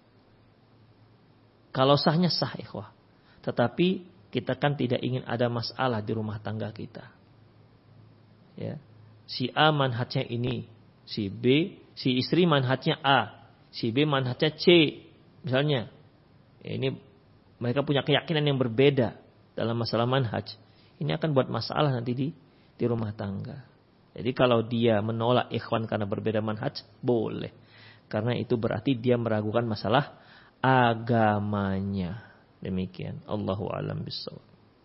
Kalau sahnya sah, ikhwah. Tetapi kita kan tidak ingin ada masalah di rumah tangga kita. Ya. Si A manhajnya ini, si B, si istri manhajnya A, si B manhajnya C, misalnya. Ini mereka punya keyakinan yang berbeda dalam masalah manhaj. Ini akan buat masalah nanti di di rumah tangga. Jadi kalau dia menolak ikhwan karena berbeda manhaj, boleh. Karena itu berarti dia meragukan masalah agamanya. Demikian. Allahu a'lam bishawab.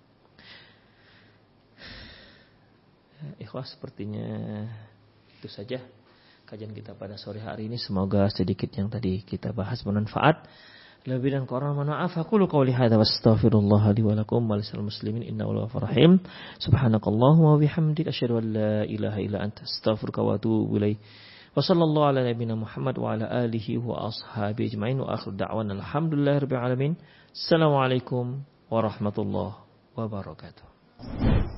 Ikhwah, sepertinya itu saja kajian kita pada sore hari ini. Semoga sedikit yang tadi kita bahas bermanfaat. Lebih dan kurang mohon maaf. Aku qawli hadza wa astaghfirullah li wa lakum wa lisal muslimin innahu ghafurur rahim. Subhanakallahumma wa bihamdika asyhadu an la ilaha illa anta astaghfiruka wa atubu ilaik. Wa sallallahu ala nabiyyina Muhammad wa ala alihi wa ashabihi ajmain wa akhir da'wana alhamdulillahirabbil alamin. Assalamualaikum warahmatullahi wabarakatuh.